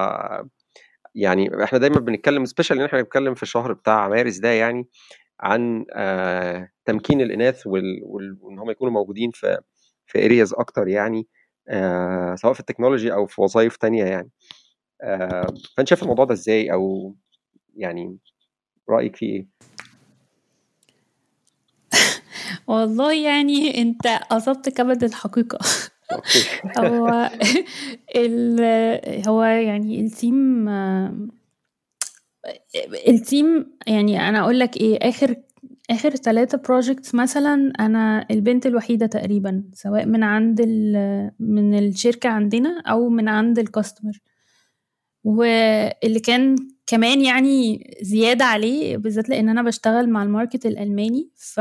يعني احنا دايما بنتكلم سبيشال ان احنا بنتكلم في الشهر بتاع مارس ده يعني عن آه تمكين الاناث وال... وال... وان هم يكونوا موجودين في في ارياز اكتر يعني، آه سواء في التكنولوجي او في وظائف تانية يعني. آه فانت شايف الموضوع ده ازاي، او يعني رايك فيه ايه؟ والله يعني انت اصبت كبد الحقيقه. هو ال هو يعني التيم التيم يعني انا اقول لك ايه، اخر اخر ثلاثة بروجكتس مثلا انا البنت الوحيده تقريبا، سواء من عند من الشركه عندنا او من عند الكاستمر. واللي كان كمان يعني زياده عليه بالذات لان انا بشتغل مع الماركت الالماني، ف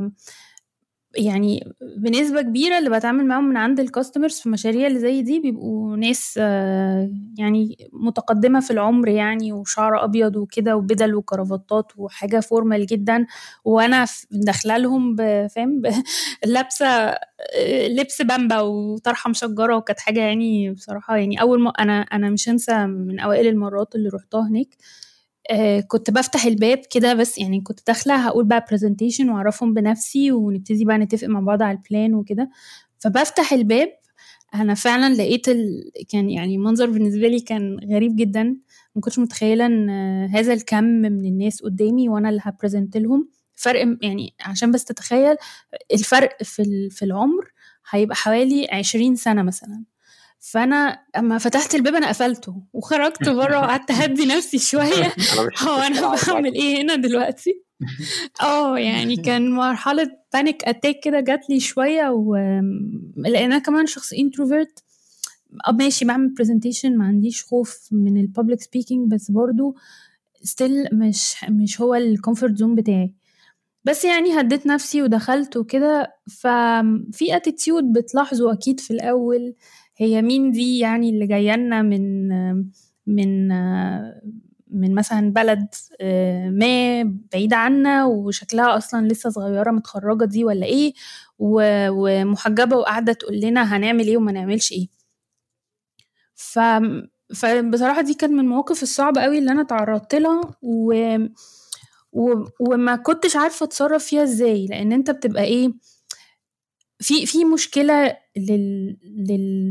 يعني بنسبة كبيرة اللي بتعامل معهم من عند الكاستمرز في مشاريع اللي زي دي بيبقوا ناس يعني متقدمة في العمر يعني، وشعر أبيض وكده وبدل وكرافتات وحاجة فورمال جدا، وأنا داخله لهم بفهم لابسة لبس بامبا وطرحة مشجرة، وكانت حاجة يعني بصراحة يعني أول ما أنا أنا مش هنسى من أوائل المرات اللي رحتها هناك. آه كنت بفتح الباب كده بس يعني كنت داخله هقول بقى برزنتيشن واعرفهم بنفسي ونبتدي بقى نتفق مع بعض على البلان وكده، فبفتح الباب انا فعلا لقيت ال... كان يعني منظر بالنسبه لي كان غريب جدا، ما كنتش متخيله ان هذا الكم من الناس قدامي وانا اللي هبرزنت لهم. فرق يعني عشان بس تتخيل الفرق في في العمر هيبقى حوالي عشرين سنه مثلا. فانا اما فتحت الباب انا قفلته وخرجت بره وقعدت اهدي نفسي شويه. هو انا بعمل ايه هنا دلوقتي؟ اه يعني كان مرحله بانيك اتاك كده جات لي شويه، ولان انا كمان شخص انتروفيرت ماشي بعمل برزنتيشن ما عنديش خوف من البابليك سبيكينج، بس برضو ستيل مش مش هو الكومفورت زون بتاعي، بس يعني هديت نفسي ودخلت وكده. ففي اتيتيود بتلاحظوا اكيد في الاول، هي مين دي يعني اللي جايه لنا من من من مثلا بلد ما بعيدة عنا وشكلها اصلا لسه صغيره متخرجه دي ولا ايه، ومحجبه وقاعده تقول لنا هنعمل ايه وما نعملش ايه. ف فبصراحه دي كانت من المواقف الصعبه قوي اللي انا تعرضت لها، و و... وما كنتش عارفة اتصرف فيها ازاي، لان انت بتبقى ايه في في مشكلة لل... لل...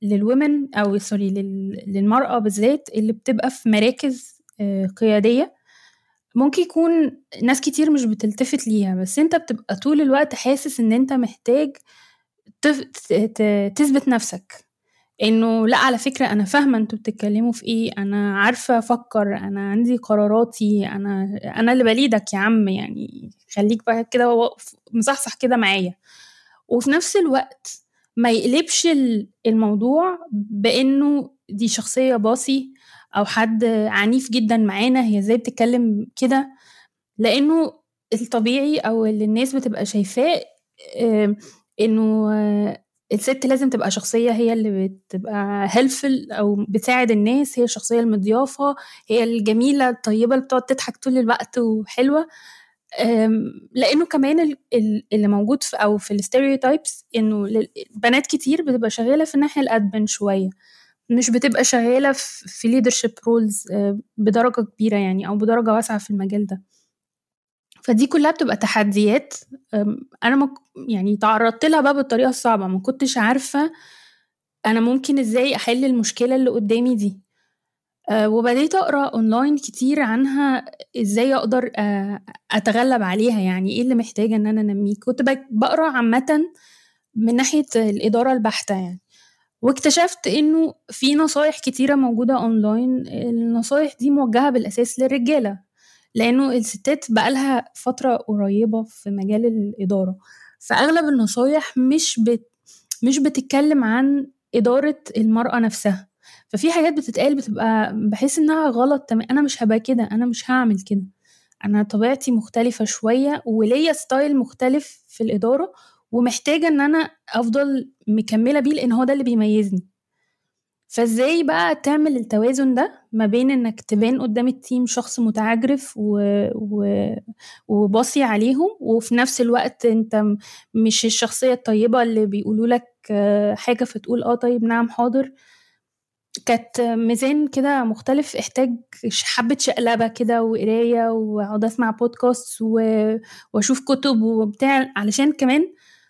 للwomen أو سوري لل للمرأة بالذات اللي بتبقى في مراكز آآ قيادية، ممكن يكون ناس كتير مش بتلتفت ليها، بس أنت بتبقى طول الوقت حاسس إن أنت محتاج تف ت ت تثبت نَفْسك، إنه لأ على فكرة أنا فاهمة أنتم بتتكلموا في إيه، أنا عارفة أفكّر، أنا عندي قراراتي، أنا أنا اللي باليدك يا عم يعني خلّيك بقى كده واقف مصحصح كده معايا. وفي نفس الوقت ما يقلبش ال الموضوع بإنه دي شخصية bossy أو حد عنيف جدًا معانا، هي إزاي بتتكلم كده، لإنه الطبيعي أو اللي الناس بتبقى شايفاه آآ إنه الست لازم تبقى شخصية هي اللي بتبقى helpful أو بتساعد الناس، هي الشخصية المضيافة، هي الجميلة الطيبة اللي بتقعد تضحك طول الوقت وحلوة. آمم لإنه كمان ال ال اللي موجود في أو في الstereotypes إنه لل بنات كتير بتبقى شغالة في الناحية الadmin شوية، مش بتبقى شغالة ف في leadership roles آآ بدرجة كبيرة يعني أو بدرجة واسعة في المجال ده. فدي كلّها بتبقى تحديات آمم أنا ما ك يعني تعرّضت لها بقى بالطريقة الصعبة، ما كنتش عارفة أنا ممكن إزاي أحل المشكلة اللي قدّامي دي. آآ وبديت أقرا online كتير عنها إزاي أقدر آآ أتغلّب عليها، يعني إيه اللي محتاجة إن أنا أنمّيه. كنت باك باقرا عامةً من ناحية الإدارة البحتة يعني، واكتشفت إنه في نصايح كتيرة موجودة online، النصايح دي موجهة بالأساس للرجالة، لإنه الستات بقى لها فترة قريبة في مجال الإدارة، فأغلب النصايح مش بت مش بتتكلم عن إدارة المرأة نفسها، ففي حاجات بتتقال بتبقى باحس إنها غلط تما أنا مش هابقى كده، أنا مش هاعمل كده، أنا طبيعتي مختلفة شوية وليّا style مختلف في الإدارة، ومحتاجة إن أنا أفضل مكمّلة بيه لإن هو ده اللي بيميزني. فإزاي بقى تعمل التوازن ده ما بين إنك تبان قدّام الteam شخص متعجرف و و وباصي عليهم، وفي نفس الوقت أنت م مش الشخصية الطيبة اللي بيقولوا لك حاجة فتقول آه طيب نعم حاضر. كانت ميزان كده مختلف، احتاج ش حبّة شقلبة كده وقراية واقعد أسمع podcasts و وأشوف كُتب وبتاع، علشان كمان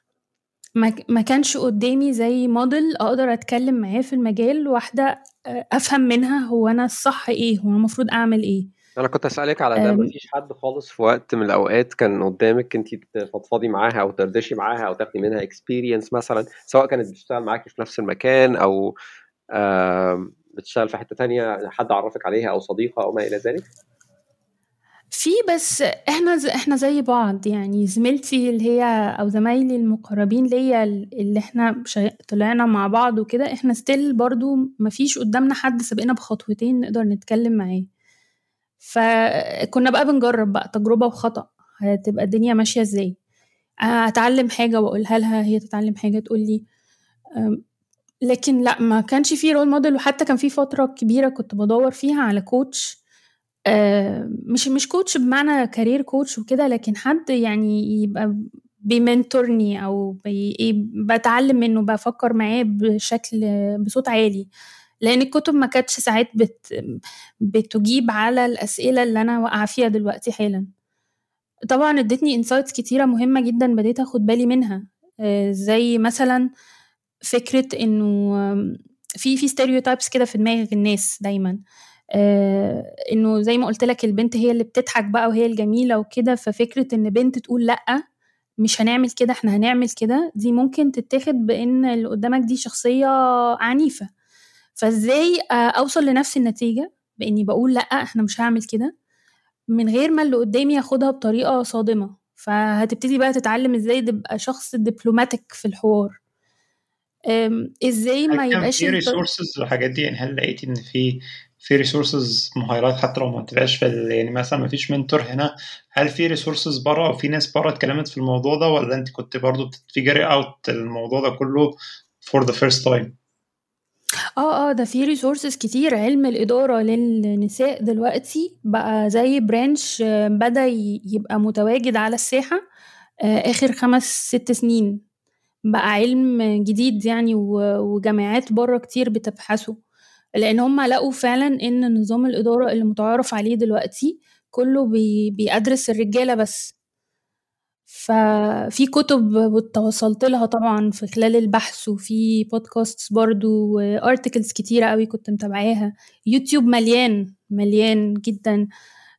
ما ك ما كانش قدّامي زي model أقدر أتكلّم معاه في المجال، واحدة أ أفهم منها هو أنا الصح إيه، هو أنا المفروض أعمل إيه. أنا كنت هاسألِك على ده، ما آمم فيش حد خالص في وقت من الأوقات كان قدّامِك أنتِ تفضفضي معاها أو تدردشي معاها أو تاخدي منها experience مثلًا، سواء كانت بتشتغل معاكِ في نفس المكان أو آمم بتشتغل في حتّة تانية، حد عرّفِك عليها أو صديقة أو ما إلى ذلك؟ في بس إحنا ز إحنا زي بعض، يعني زميلتي اللي هي أو زمايلي المقربين ليّا ال اللي إحنا شغ طلعنا مع بعض وكده، إحنا still برضه ما فيش قدّامنا حد سابقنا بخطوتين نقدر نتكلّم معاه. فكنا بقى بنجرّب بقى تجربة وخطأ، هتبقى الدنيا ماشية إزاي، أتعلّم حاجة وأقولها لها، هي تتعلّم حاجة تقول لي. آمم لكن لأ، ما كانش في role model، وحتى كان في فترة كبيرة كنت بادوّر فيها على coach، آآ مش مش coach بمعنى career coach وكده، لكن حد يعني يبقى بيmentorني أو بي إيه، باتعلّم منّه، بافكّر معاه بشكل بصوت عالي، لإن الكُتب ما كانتش ساعات بت بتُجيب على الأسئلة اللي أنا واقعة فيها دلوقتي حالًا. طبعًا ادّتني insights كتيرة مهمة جدًا بديت آخُد بالي منها، آآ زي مثلًا فكرة إنه آمم في في stereotypes كده في دماغ الناس دايمًا، آآ إنه زي ما قُلت لك البنت هي اللي بتضحك بقى وهي الجميلة وكده، ففكرة إن بنت تقول لأ، مش هنعمل كده، إحنا هنعمل كده، دي ممكن تتاخد بإن اللي قدّامك دي شخصية عنيفة. فإزاي أ أوصل لنفس النتيجة بإني باقول لأ، إحنا مش هاعمل كده، من غير ما اللي قدّامي ياخدها بطريقة صادمة، فهتبتدي بقى تتعلّم إزاي تبقى شخص diplomatic في الحوار. آمم إزاي هل ما كان يبقاش في الط resources والحاجات دي؟ يعني هل لقيتِ إن في في resources مُهيّرات حتى لو ما بتبقاش في ال يعني مثلًا ما فيش mentor هنا، هل في resources برّه أو في ناس برّه اتكلّمت في الموضوع ده والّا أنتِ كنتِ برضه بتfigure out الموضوع ده كُلّه for the first time؟ آه، آه، ده في resources كتير، علم الإدارة للنساء دلوقتي بقى زي branch بدأ ي يبقى متواجد على الساحة آآ آخر خمس، ست سنين، بقى علم جديد يعني و وجامعات برّه كتير بتبحثه، لإن هُم لقوا فعلًا إن نظام الإدارة اللي متعارف عليه دلوقتي كُلّه بي بيأدرس الرجالة بس. ففي كتب توصلت لها طبعا في خلال البحث، وفي بودكاست برضو وارتكلز كتيرة قوي كنت متابعاها. يوتيوب مليان مليان جدا.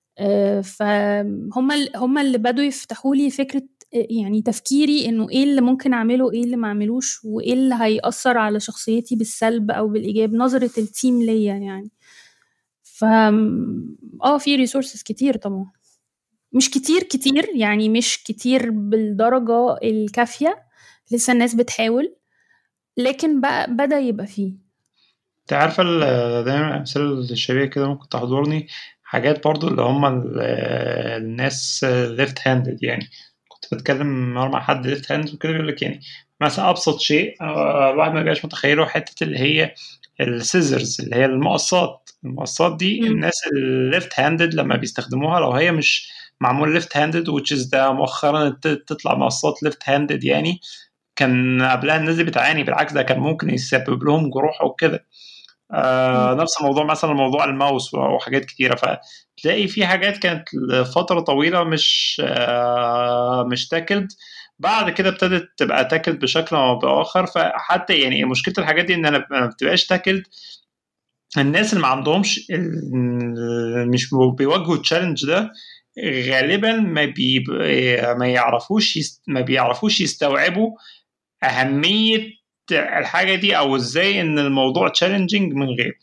فهم هم اللي بدوا يفتحوا لي فكرة يعني تفكيري انه ايه اللي ممكن اعمله، ايه اللي ما اعملوش، وايه اللي هيأثر على شخصيتي بالسلب او بالايجاب، نظرة التيم ليا يعني. ف اه في ريسورسز كتير طبعا، مش كتير كتير يعني، مش كتير بالدرجة الكافية، لسه الناس بتحاول، لكن بقى بدأ يبقى فيه. انت عارفة دايما الأمثلة الشبيهة كده ممكن تحضرني حاجات برضو اللي هم الناس left handed. يعني كنت بتكلم مع حد left handed وكده بيقول لك يعني مثلا أبسط شيء الواحد ما بيبقاش متخيله، حتة اللي هي السيزرز اللي هي المقصات. المقصات دي م. الناس الليفت هاندد لما بيستخدموها، لو هي مش معمول ليفت هاندد which is ده مؤخرا تطلع مقصات ليفت هاندد، يعني كان قبلها الناس دي بتعاني، بالعكس ده كان ممكن يسبب لهم جروح وكده. آه نفس الموضوع مثلا موضوع الماوس وحاجات كتيرة. فتلاقي في حاجات كانت لفترة طويلة مش آه مش تاكلد، بعد كده ابتدت تبقى تاكلد بشكل او باخر. فحتى يعني مشكلة الحاجات دي ان انا ما بتبقاش تاكلد، الناس اللي ما عندهمش مش بيواجهوا التشالنج ده غالبا ما بي ما يعرفوش يست... ما بيعرفوش يستوعبوا أهمية الحاجة دي أو إزاي إن الموضوع تشالنجينج من غير.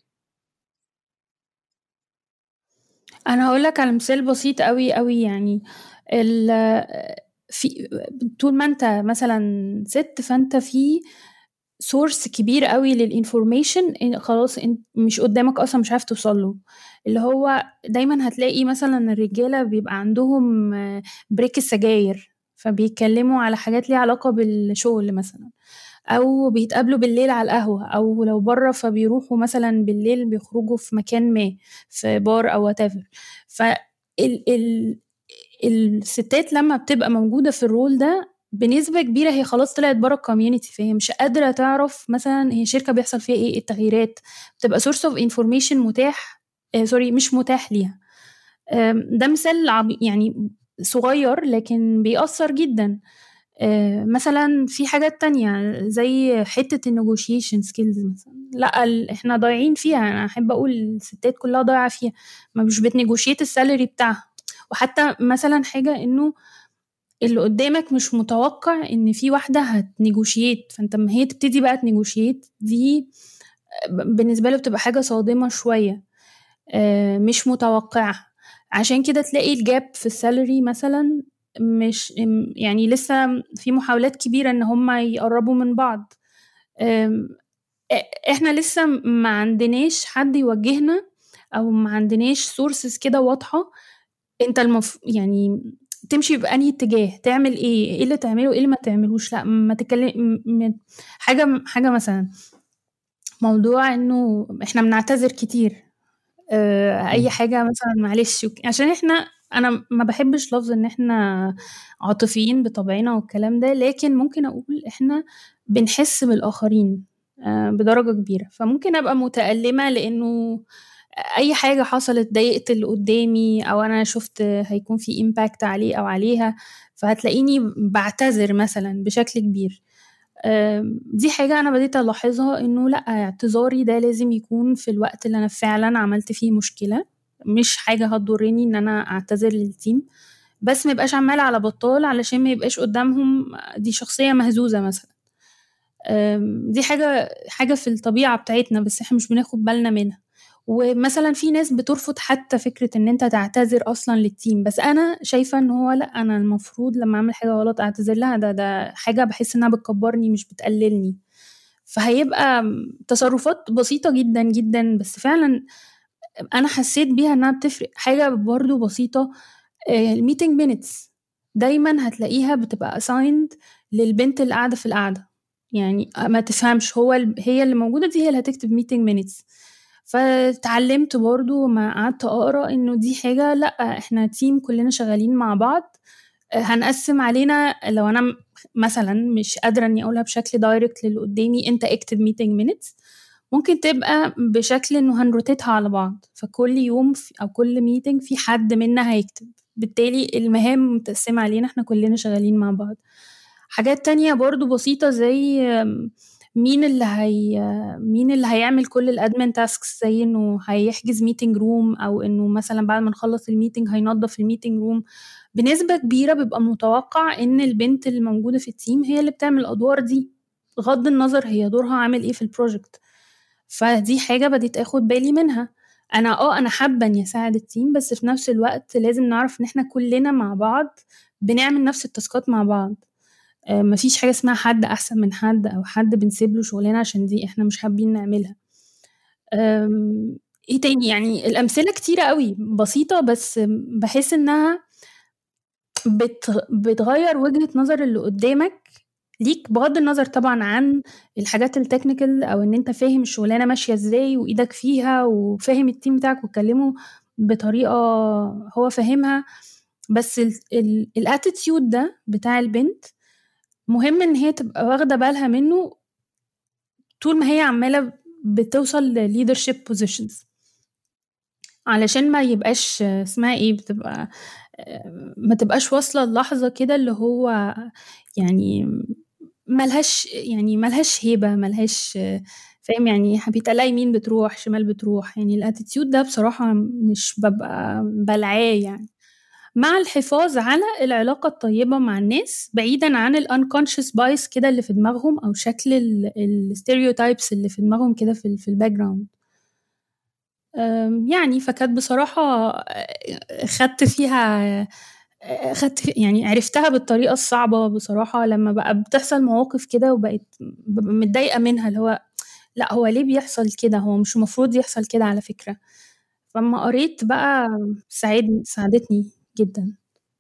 أنا هقول لك على مثال بسيط قوي قوي. يعني ال في طول ما أنت مثلا ست، فأنت في سورس كبير قوي للانفورميشن، خلاص انت مش قدامك اصلا، مش عارف توصل له. اللي هو دايما هتلاقي مثلا الرجاله بيبقى عندهم بريك السجاير، فبيتكلموا على حاجات ليها علاقه بالشغل مثلا، او بيتقابلوا بالليل على القهوه، او لو بره فبيروحوا مثلا بالليل بيخرجوا في مكان ما، في بار او whatever. ف ال ال الستات لما بتبقى موجوده في الرول ده بنسبة كبيرة هي خلاص طلعت بره الكوميونتي، فهي مش قادرة تعرف مثلا هي شركة بيحصل فيها ايه التغييرات، بتبقى سورس اوف انفورميشن متاح آه سوري مش متاح ليها. ده مثال عبي يعني صغير لكن بيأثر جدا. آه مثلا في حاجات تانية زي حتة النيجوشيشن سكيلز مثلا، لا احنا ضايعين فيها. انا احب اقول الستات كلها ضايعة فيها، ما مش بتنيجوشيت السالري بتاعها. وحتى مثلا حاجة انه اللي قدامك مش متوقع ان في واحدة هتنيجوشيت، فانت ما هي تبتدي بقى تنيجوشيت، دي بالنسبة له بتبقى حاجة صادمة شوية، مش متوقعة. عشان كده تلاقي الجاب في السالري مثلا مش يعني لسه في محاولات كبيرة ان هم يقربوا من بعض. احنا لسه ما عندناش حد يوجهنا، او ما عندناش سورسز كده واضحة انت المف... يعني تمشي بأنهي اتجاه، تعمل ايه، ايه اللي تعمله ايه اللي ما تعملوش. لا ما تتكلم م... حاجة حاجة مثلا موضوع انه احنا بنعتذر كتير. اه اي حاجة مثلا معلش وك... عشان احنا انا ما بحبش لفظ ان احنا عاطفيين بطبعنا والكلام ده، لكن ممكن اقول احنا بنحس بالآخرين اه بدرجة كبيرة. فممكن ابقى متألمة لانه اي حاجة حصلت ضايقت اللي قدامي، او انا شفت هيكون في امباكت عليه او عليها، فهتلاقيني بعتذر مثلا بشكل كبير. دي حاجة انا بديت الاحظها، انه لا، اعتذاري ده لازم يكون في الوقت اللي انا فعلا عملت فيه مشكلة، مش حاجة هتضرني ان انا اعتذر للتيم، بس ما يبقاش عمال على بطال علشان ما يبقاش قدامهم دي شخصية مهزوزة مثلا. دي حاجة حاجة في الطبيعة بتاعتنا، بس احنا مش بناخد بالنا منها. ومثلا في ناس بترفض حتى فكرة ان انت تعتذر اصلا للتيم، بس انا شايفة ان هو لا، انا المفروض لما اعمل حاجة غلط اعتذر لها. ده ده حاجة بحس انها بتكبرني مش بتقللني. فهيبقى تصرفات بسيطة جدا جدا، بس فعلا انا حسيت بيها انها بتفرق. حاجة برضو بسيطة، الميتنج مينتس دايما هتلاقيها بتبقى assigned للبنت اللي قاعدة في القعدة، يعني ما تفهمش هو هي اللي موجودة دي هي اللي هتكتب ميتنج مينتس. فتعلمت برضو ما قعدت أقرأ إنه دي حاجة لأ، إحنا تيم كلنا شغالين مع بعض، هنقسم علينا. لو أنا مثلا مش قادرة إني أقولها بشكل دايركت للي قدامي أنت اكتب ميتنج مينتس، ممكن تبقى بشكل إنه هنروتيتها على بعض، فكل يوم أو كل ميتنج في حد منا هيكتب. بالتالي المهام متقسمة علينا، احنا كلنا شغالين مع بعض. حاجات تانية برضو بسيطة زي مين اللي هي مين اللي هيعمل كل الادمن تاسكس، زي انه هيحجز ميتنج روم، او انه مثلا بعد ما نخلص الميتنج هينظف الميتنج روم. بنسبة كبيرة بيبقى متوقع ان البنت اللي موجودة في التيم هي اللي بتعمل الادوار دي، بغض النظر هي دورها عامل ايه في البروجكت. فدي حاجة بديت اخد بالي منها. انا اه انا حابة اني اساعد التيم، بس في نفس الوقت لازم نعرف ان احنا كلنا مع بعض بنعمل نفس التاسكات مع بعض. آه، مفيش حاجة اسمها حد أحسن من حد، أو حد بنسيب له شغلنا عشان دي إحنا مش حابين نعملها. آم، إيه تاني؟ يعني الأمثلة كتيرة قوي بسيطة، بس بحس إنها بت... بتغير وجهة نظر اللي قدامك ليك، بغض النظر طبعا عن الحاجات التكنيكال، أو إن أنت فاهم الشغلانة ماشية إزاي وإيدك فيها وفاهم التيم بتاعك وتكلمه بطريقة هو فاهمها. بس الاتيتيود ده بتاع البنت مهم ان هي تبقى واخده بالها منه طول ما هي عماله بتوصل ل leadership positions، علشان ما يبقاش اسمها ايه بتبقى ما تبقاش واصله اللحظه كده اللي هو يعني ملهاش يعني ملهاش هيبه، ملهاش فاهم يعني، بيتقال يمين بتروح شمال بتروح. يعني الاتيتيود ده بصراحه مش ببقى بلعاه يعني، مع الحفاظ على العلاقة الطيبة مع الناس، بعيدا عن ال unconscious bias كده اللي في دماغهم، أو شكل ال stereotypes اللي في دماغهم كده في ال في الباك جراوند. يعني فكانت بصراحة خدت فيها خدت يعني عرفتها بالطريقة الصعبة بصراحة، لما بقى بتحصل مواقف كده وبقيت ببقى متضايقة منها، اللي هو لا هو ليه بيحصل كده، هو مش المفروض يحصل كده على فكرة. فما قريت بقى ساعدني ساعدتني جدا.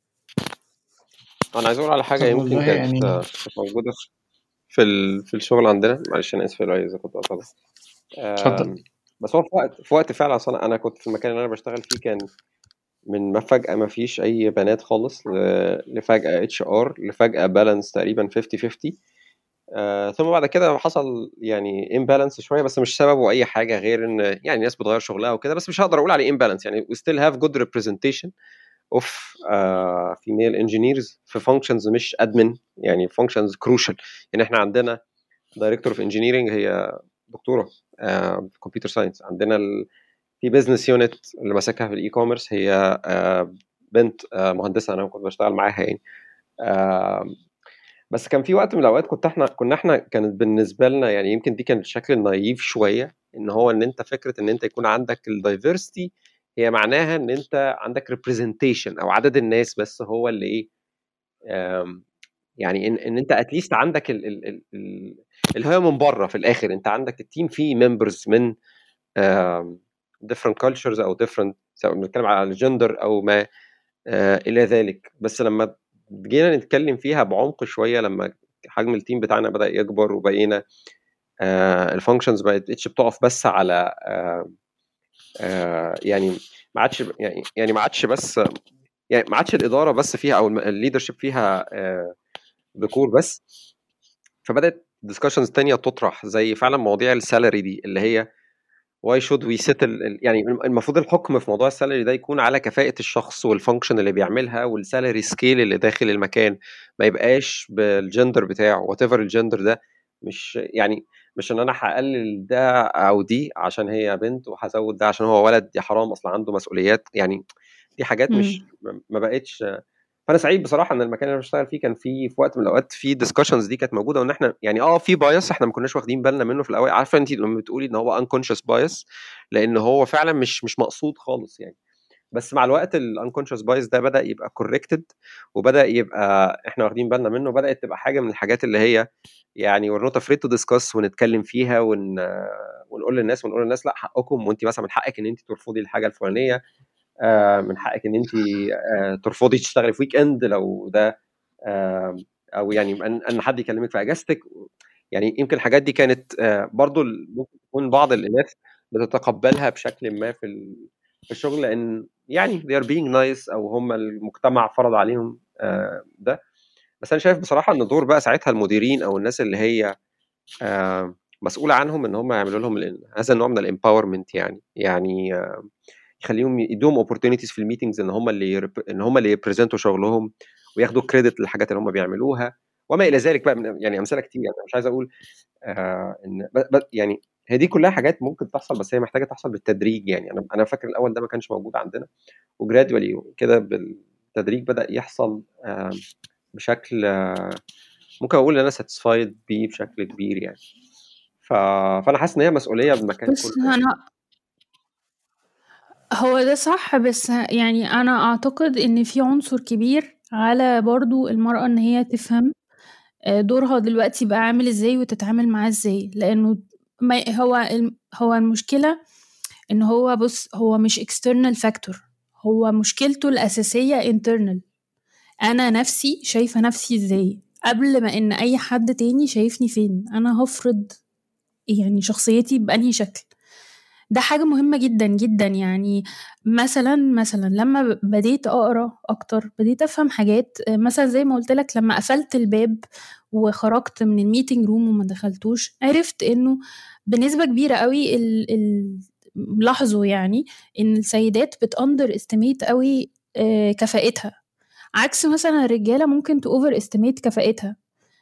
انا عايز اقول على حاجه طب يمكن والله كانت يعني كانت موجوده في ال... في الشغل عندنا. معلش انا اسف يا لؤي اذا كنت قطعتك. اتفضل. آم، بس هو في وقت في وقت فعلا اصلا انا كنت في المكان اللي انا بشتغل فيه، كان من ما فجأة ما فيش أي بنات خالص ل- لفجأة اتش ار لفجأة بالانس تقريبا خمسين خمسين. آه ثم بعد كده حصل يعني امبالانس شويه، بس مش سببه اي حاجه غير ان يعني الناس بتغير شغلها وكده. بس مش هقدر اقول عليه امبالانس، يعني we still have good representation of uh, female engineers في functions مش admin، يعني functions crucial. يعني احنا عندنا director of engineering هي دكتوره آه في computer science. عندنا ال... في business unit اللي ماسكها في الاي كوميرس هي آه بنت آه مهندسه انا كنت بشتغل معاها يعني. آه بس كان في وقت من الاوقات كنت احنا كنا احنا كانت بالنسبه لنا يعني يمكن دي كانت الشكل النايف شويه، ان هو ان انت فكره ان انت يكون عندك الدايفرستي هي معناها ان انت عندك ريبريزنتيشن او عدد الناس بس هو اللي ايه. آم، يعني ان ان انت اتليست عندك ال- ال- ال- ال- اللي هو من بره في الاخر انت عندك التيم فيه ممبرز من آم، different cultures او different، سواء بنتكلم على الجندر او ما آه، الى ذلك. بس لما جينا نتكلم فيها بعمق شويه، لما حجم التيم بتاعنا بدا يكبر وبقينا آه الفانكشنز بقت اتش بتقف بس على آه آه يعني ما عادش يعني يعني ما عادش بس يعني ما عادش الاداره بس فيها او الليدرشيب فيها آه ذكور بس. فبدات ديسكشنز تانية تطرح زي فعلا مواضيع السالري دي اللي هي واي شود وي سيتل. يعني المفروض الحكم في موضوع السالري ده يكون على كفاءة الشخص والفانكشن اللي بيعملها والسالري سكيل اللي داخل المكان، ما يبقاش بالجندر بتاعه وات ايفر الجندر ده. مش يعني مش ان انا هقلل ده او دي عشان هي بنت وهزود ده عشان هو ولد، دي حرام اصلا عنده مسؤوليات يعني. دي حاجات مش ما بقتش. فانا سعيد بصراحه ان المكان اللي انا بشتغل فيه كان فيه في وقت من الاوقات في ديسكشنز دي كانت موجوده، وان احنا يعني اه في بايس احنا ما كناش واخدين بالنا منه في الاول. عارفه انت لما بتقولي ان هو انكونشس بايس، لان هو فعلا مش مش مقصود خالص يعني. بس مع الوقت الانكونشس بايس ده بدا يبقى كوركتد، وبدا يبقى احنا واخدين بالنا منه، بدات تبقى حاجه من الحاجات اللي هي يعني we're not afraid to discuss ونتكلم فيها ون... ونقول للناس ونقول للناس لا حقكم، وانت مثلا من حقك ان انت ترفضي الحاجه الفلانيه، آه من حقك ان انت آه ترفضي تشتغلي في ويك اند لو ده آه او يعني ان ان حد يكلمك في اجازتك. يعني يمكن الحاجات دي كانت آه برضو ممكن تكون بعض الناس بتتقبلها بشكل ما في في الشغل، لان يعني they are being nice او هم المجتمع فرض عليهم آه ده. بس انا شايف بصراحه ان دور بقى ساعتها المديرين او الناس اللي هي آه مسؤوله عنهم ان هم يعملوا لهم هذا النوع من الامباورمنت، يعني يعني آه يخليهم يدوم opportunities في الميتينجز ان هم اللي يرب... ان هم اللي يبريزنتوا شغلهم وياخدوا كريدت للحاجات اللي هم بيعملوها وما الى ذلك بقى من... يعني امثله كتير. يعني مش عايز اقول آه ان ب... ب... يعني هي دي كلها حاجات ممكن تحصل بس هي محتاجه تحصل بالتدريج. يعني انا انا فاكر الاول ده ما كانش موجود عندنا وجرادولي كده بالتدريج بدا يحصل آه بشكل آه ممكن اقول ان انا ساتيسفايد بيه بشكل كبير يعني. ف... فانا حاسس ان هي مسؤوليه بالمكان بس كله. انا هو ده صح، بس يعني انا اعتقد ان في عنصر كبير على برضو المرأة ان هي تفهم آه، دورها دلوقتي بقى عامل ازاي وتتعامل معاه ازاي، لانه ما هو الم- هو المشكلة ان هو بص هو مش external factor، هو مشكلته الأساسية internal. انا نفسي شايفة نفسي ازاي قبل ما ان اي حد تاني شايفني فين. انا هفرض يعني شخصيتي بأنهي شكل. ده حاجة مهمة جدا جدا. يعني مثلا مثلا لما ب- بديت أقرأ أكتر بديت أفهم حاجات، آه، مثلا زي ما قلت لك لما قفلت الباب وخرجت من الميتنج روم وما دخلتوش عرفت إنه بنسبة كبيرة قوي ال ال لاحظوا يعني إن السيدات بتأندر استيميت قوي آه، كفاءتها، عكس مثلا الرجالة ممكن تأوفر استيميت كفاءتها.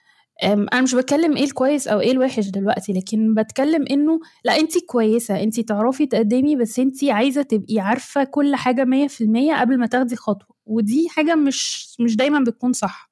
أم، انا مش بتكلم ايه الكويس او ايه الوحش دلوقتي، لكن بتكلم انه لا، انتي كويسة، انتي تعرفي تقدمي، بس انتي عايزة تبقي عارفة كل حاجة مية في المية قبل ما تاخدي خطوة، ودي حاجة مش مش دايما بتكون صح.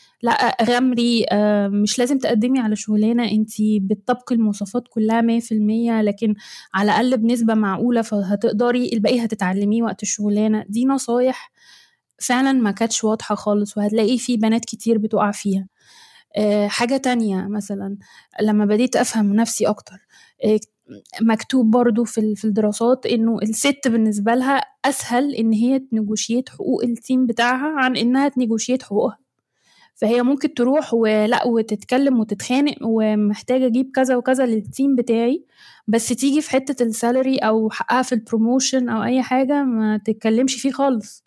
لا غامري، آه، مش لازم تقدمي على شغلانة انتي بتطبقي المواصفات كلها مية في المية، لكن على الأقل بنسبة معقولة فهتقدري الباقي هتتعلميه وقت الشغلانة. دي نصايح فعلا ما كانتش واضحة خالص، وهتلاقي في بنات كتير بتقع فيها. آه، حاجة تانية مثلا لما بديت أفهم نفسي أكتر، آه، مكتوب برضو في ال- في الدراسات إنه الست بالنسبة لها أسهل إن هي تنجوشيت حقوق التيم بتاعها عن إنها تنجوشيت حقوقها. فهي ممكن تروح ولا وتتكلم وتتخانق ومحتاجة أجيب كذا وكذا للتيم بتاعي، بس تيجي في حتة السالري أو حقها في البروموشن أو أي حاجة ما تتكلمش فيه خالص.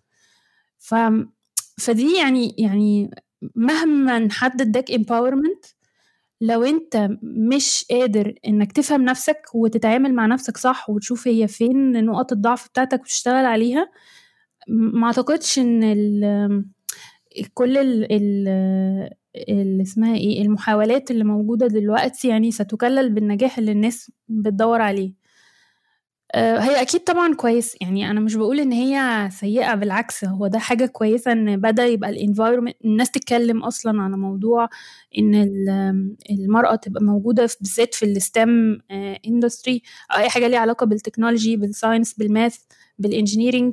ف فدي يعني يعني مهما حد اداك empowerment، لو انت مش قادر انك تفهم نفسك وتتعامل مع نفسك صح وتشوف هي فين نقط الضعف بتاعتك وتشتغل عليها، م- ما اعتقدش ان ال كل ال ال اللي اسمها ايه المحاولات اللي موجودة دلوقتي يعني ستكلل بالنجاح اللي الناس بتدور عليه. آه، هي أكيد طبعًا كويس، يعني أنا مش باقول إن هي سيئة، بالعكس هو ده حاجة كويسة إن بدأ يبقى الenvironment الناس تتكلم أصلًا على موضوع إن ال المرأة تبقى موجودة ف بالذات في الSTEM آآ industry أو أي حاجة ليها علاقة بالtechnology بالscience بالmath بالengineering،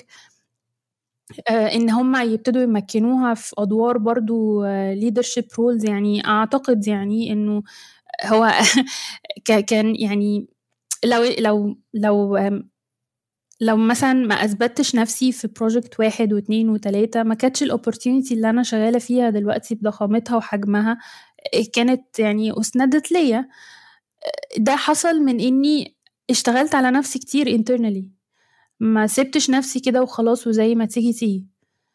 آآ إن هم يبتدوا يمكنوها في أدوار برضه leadership roles. يعني أعتقد يعني إنه هو ك كان يعني لو لو لو آمم لو مثلًا ما أثبتّش نَفْسي في project واحد واتنين وتلاتة ما كانتش الopportunity اللي أنا شغّالة فيها دلوقتي بضخامتها وحجمها آآ كانت يعني أُسندت ليّا. آآ ده حصل من إنّي اشتغلت على نَفْسي كتير internally، ما سِبتش نَفْسي كده وخلاص وزي ما تيجي، تيجي.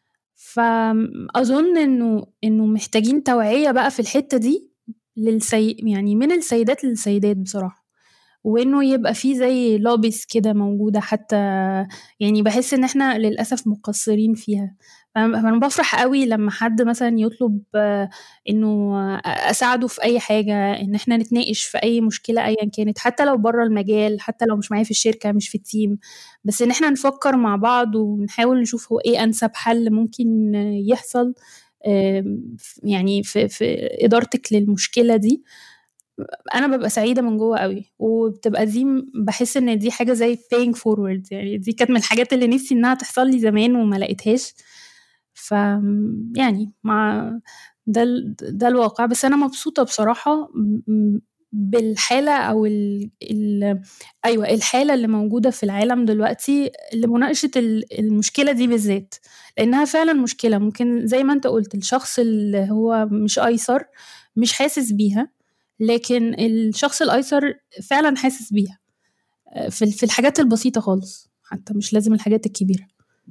فآمم أظُن إنه إنه محتاجين توعية بقى في الحتّة دي للسي يعني من السيدات للسيدات بصراحة. وإنه يبقى في زي lobbies كده موجودة حتى، يعني باحس إن إحنا للأسف مقصّرين فيها. فأنا فأنا بافرح أوي لمّا حد مثلًا يطلب آه، إنه أ أساعده في أي حاجة، إن إحنا نتناقش في أي مشكلة أيًا كانت، حتى لو برّه المجال، حتى لو مش معايا في الشركة، مش في الteam، بس إن إحنا نفكّر مع بعض ونحاول نشوف هو إيه أنسب حل ممكن يحصل آمم ف يعني في في إدارتِك للمشكلة دي. أنا بابقى سعيدة من جوّه أوي، وبتبقى دي م باحس إن دي حاجة زي paying forward، يعني دي كانت من الحاجات اللي نِفْسي إنها تحصل لي زمان وما لقيتهاش. ف آمم، يعني مع ده ال ده الواقع، بس أنا مبسوطة بصراحة م م بالحالة أو ال ال أيوه، الحالة اللي موجودة في العالم دلوقتي لمناقشة ال المشكلة دي بالذات، لإنها فعلًا مشكلة ممكن زي ما أنت قُلت الشخص اللي هو مش أيسر مش حاسس بيها، لكن الشخص الأيسر فعلًا حاسس بيها، آآ في ال في الحاجات البسيطة خالص، حتى مش لازم الحاجات الكبيرة.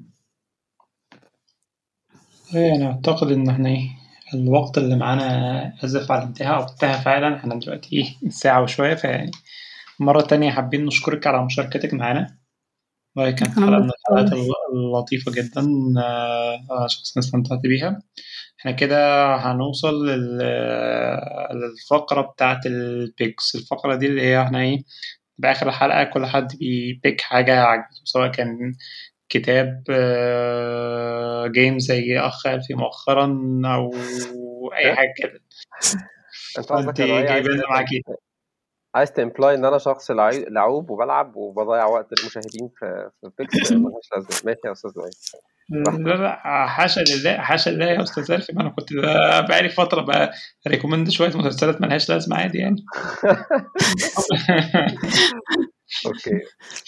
إيه، أنا أعتقد إن إحنا إيه الوقت اللي معانا آسف على الانتهاء أو انتهى فعلًا. إحنا دلوقتي إيه ساعة وشوية، فيعني مرة تانية حابين نشكرِك على مشاركتِك معانا، وكانت أنا حلقة من انبسطت الحلقات اللطيفة جدا، أنا شخصيا استمتعت بيها. احنا كده هنوصل للفقرة بتاعت البيكس. الفقرة دي اللي هي احنا ايه بآخر الحلقة كل حد بيبيك حاجة عجبته، سواء كان كتاب، جيم زي أخ ألفي مؤخرا، أو أي حاجة كده. انت قصدك انا جايب لنا معاك عايز تمبلاي ان انا شخص لعوب وبلعب وبضيع وقت المشاهدين في في بيكس ملهاش لازمه. ماشي يا استاذ لؤي. لا لا حاشا لله، حاشا لله يا استاذ ألفي، ما انا كنت بقالي فتره بقى ريكومند شويه مسلسلات ملهاش لازمه عادي يعني. اوكي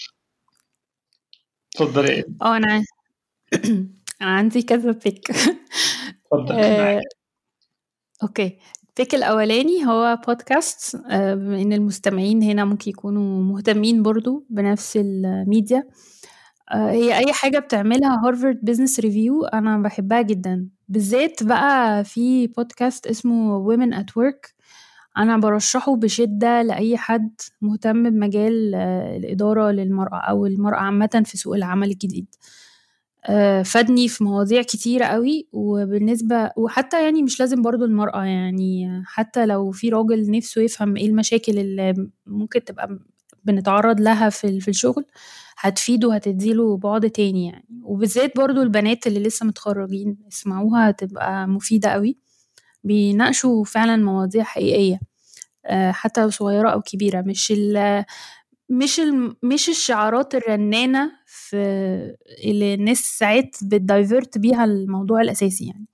اتفضل. ايه اه انا انا عندي كذا بيك. اتفضل. اوكي، البيك الاولاني هو بودكاست، بما ان المستمعين هنا ممكن يكونوا مهتمين برضو بنفس الميديا. هي اي حاجه بتعملها هارفارد بيزنس ريفيو انا بحبها جدا، بالذات بقى في بودكاست اسمه Women at Work. انا برشحه بشده لاي حد مهتم بمجال الاداره للمراه او المراه عامه في سوق العمل الجديد. فادني في مواضيع كتيرة قوي، وبالنسبة وحتى يعني مش لازم برضو المرأة، يعني حتى لو في راجل نفسه يفهم ايه المشاكل اللي ممكن تبقى بنتعرض لها في في الشغل، هتفيده وهتديله بعد تاني يعني. وبالذات برضو البنات اللي لسه متخرجين اسمعوها، هتبقى مفيدة قوي. بيناقشوا فعلا مواضيع حقيقية، حتى صغيرة أو كبيرة، مش ال مش ال مش الشعارات الرنانة في اللي الناس ساعات بتدايفرت بيها الموضوع الأساسي يعني.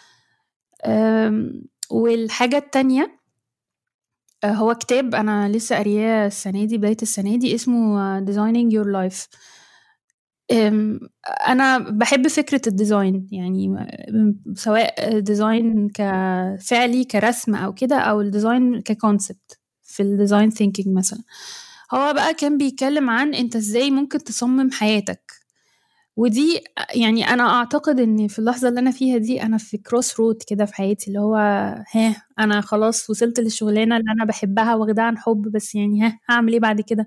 والحاجة التانية هو كتاب أنا لسه قرياه السنة دي، بداية السنة دي، اسمه Designing Your Life. أنا بحب فكرة الديزاين، يعني سواء ديزاين كفعلي كرسم أو كده، أو الديزاين ككونسبت في الديزاين ثينكينج مثلا. هو بقى كان بيتكلم عن انت ازاي ممكن تصمم حياتك، ودي يعني انا اعتقد ان في اللحظة اللي انا فيها دي انا في كروس رود كده في حياتي، اللي هو ها انا خلاص وصلت للشغلانة اللي انا بحبها واخدها عن حب، بس يعني ها هعمل ايه بعد كده؟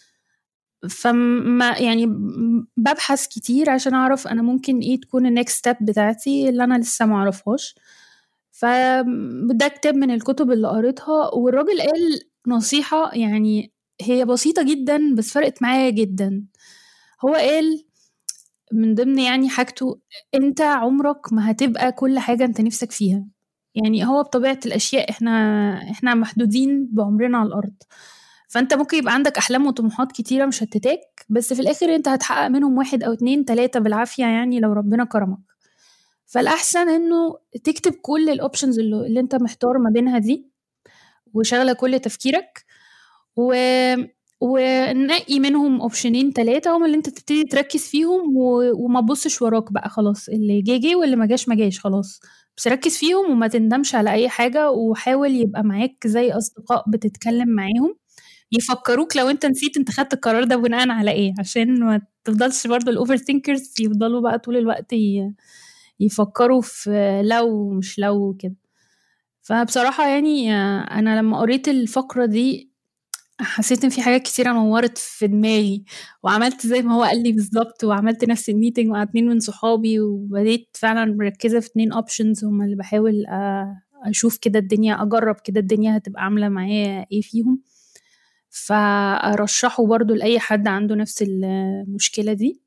فما يعني ببحث كتير عشان اعرف انا ممكن ايه تكون النكست ستيب بتاعتي اللي انا لسه معرفهاش. فده كتاب من الكتب اللي قريتها، والراجل قال نصيحة يعني هي بسيطة جدا بس فرقت معايا جدا. هو قال من ضمن يعني حاجته، انت عمرك ما هتبقى كل حاجة انت نفسك فيها. يعني هو بطبيعة الاشياء احنا احنا محدودين بعمرنا على الارض، فانت ممكن يبقى عندك احلام وطموحات كتيرة مش هتتاك، بس في الاخر انت هتحقق منهم واحد او اتنين تلاتة بالعافية يعني لو ربنا كرمك. فالاحسن انه تكتب كل الاوبشنز اللي, اللي انت محتار ما بينها دي، وشغله كل تفكيرك، و ونقي منهم اوبشنين ثلاثه هم اللي انت تبتدي تركز فيهم، و... وما تبصش وراك بقى، خلاص اللي جه جه واللي ما جاش ما جاش خلاص، بس ركز فيهم وما تندمش على اي حاجه. وحاول يبقى معاك زي اصدقاء بتتكلم معاهم يفكروك لو انت نسيت انت خدت القرار ده بناء على ايه، عشان ما تفضلش برضو الاوفر ثينكرز يفضلوا بقى طول الوقت ي... يفكروا في لو مش لو كده. فبصراحة يعني أنا لما قريت الفقرة دي حسيت إن في حاجات كتيرة نورت في دماغي، وعملت زي ما هو قال لي بالظبط، وعملت نفس الميتنج مع اتنين من صحابي، وبديت فعلا مركزة في اتنين اوبشنز هما اللي بحاول أشوف كده الدنيا، أجرب كده الدنيا هتبقى عاملة معايا إيه فيهم. فأرشحه برضو لأي حد عنده نفس المشكلة دي.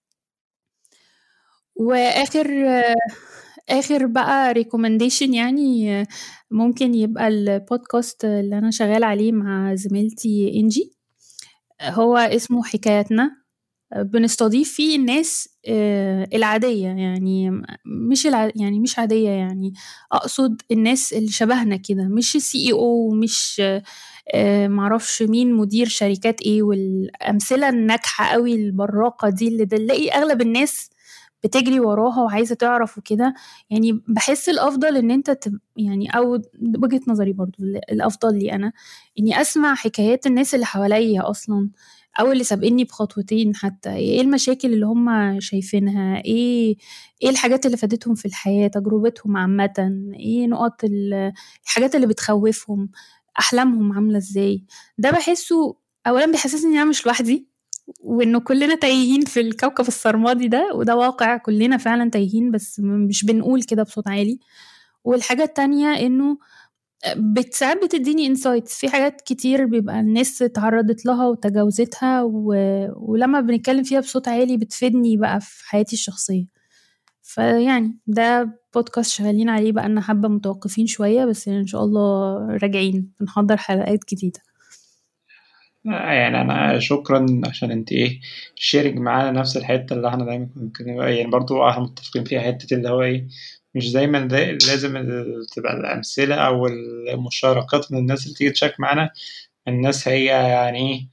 واخر اخر بقى ريكومنديشن يعني ممكن يبقى البودكاست اللي انا شغال عليه مع زميلتي انجي، هو اسمه حكاياتنا. بنستضيف فيه الناس العادية، يعني مش الع... يعني مش عادية، يعني اقصد الناس اللي شبهنا كده، مش السي اي او، مش معرفش مين مدير شركات ايه، والامثلة الناجحة قوي البراقة دي اللي نلاقي اغلب الناس بتجري وراها وعايزة تعرف وكده. يعني بحس الأفضل إن أنت تب... يعني أو وجهة نظري برضو الأفضل لي أنا إني أسمع حكايات الناس اللي حواليا أصلا، أو اللي سابقني بخطوتين حتى، إيه المشاكل اللي هم شايفينها، إيه إيه الحاجات اللي فادتهم في الحياة، تجربتهم عامة، إيه نقط الحاجات اللي بتخوفهم، أحلامهم عاملة إزاي. ده بحسه أولا بيحسسني إن أنا مش لوحدي، وإنه كلنا تايهين في الكوكب السرمادي ده، وده واقع كلنا فعلا تايهين بس مش بنقول كده بصوت عالي. والحاجة التانية إنه بتساعد بتديني انسايتس في حاجات كتير بيبقى الناس اتعرضت لها وتجاوزتها و... ولما بنتكلم فيها بصوت عالي بتفيدني بقى في حياتي الشخصية. فيعني ده بودكاست شغالين عليه بقى لنا حبة متوقفين شوية، بس يعني إن شاء الله راجعين بنحضر حلقات جديدة. يعني انا شكرا عشان انت ايه شارك معانا نفس الحته اللي احنا دايما بنتكلم يعني برضو احنا متفقين فيها، حته اللي هو ايه مش دايما ده لازم ال- تبقى الامثله او المشاركات من الناس اللي تيجي تشارك معانا الناس هي يعني ايه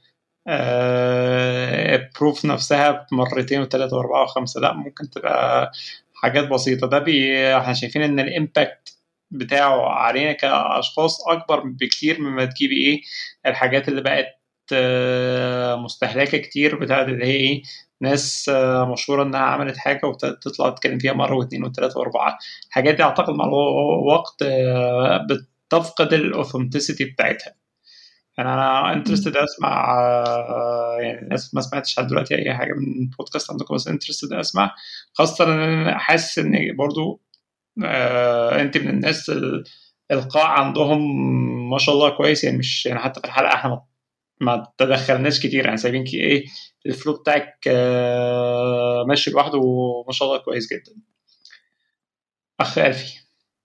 آه بروف نفسها مرتين وثلاثه واربعه وخمسه، لا ممكن تبقى حاجات بسيطه. ده بي احنا شايفين ان الامباكت بتاعه علينا كاشخاص اكبر بكتير مما تجيبي ايه الحاجات اللي بقت آه، مستهلكة كتير بتاعت اللي هي ايه ناس آه، مشهورة انها عملت حاجة وتطلع تتكلم فيها مرة واثنين وثلاثة واربعة. الحاجات دي اعتقد مع الوقت آه، بتفقد الاوثنتسيتي بتاعتها. يعني انا انترستد اسمع آه، يعني الناس ما سمعتش لحد دلوقتي اي حاجة من بودكاست عندكم، بس انترستد اسمع، خاصة ان انا حاسس ان برضو آه، انت من الناس ال- القاع عندهم ما شاء الله كويس، يعني مش يعني حتى في الحلقة احنا ما تدخلناش كتير، يعني سايبين كي ايه الفلو بتاعك آه، ماشي لوحده وما شاء الله كويس جدا. اخ الفي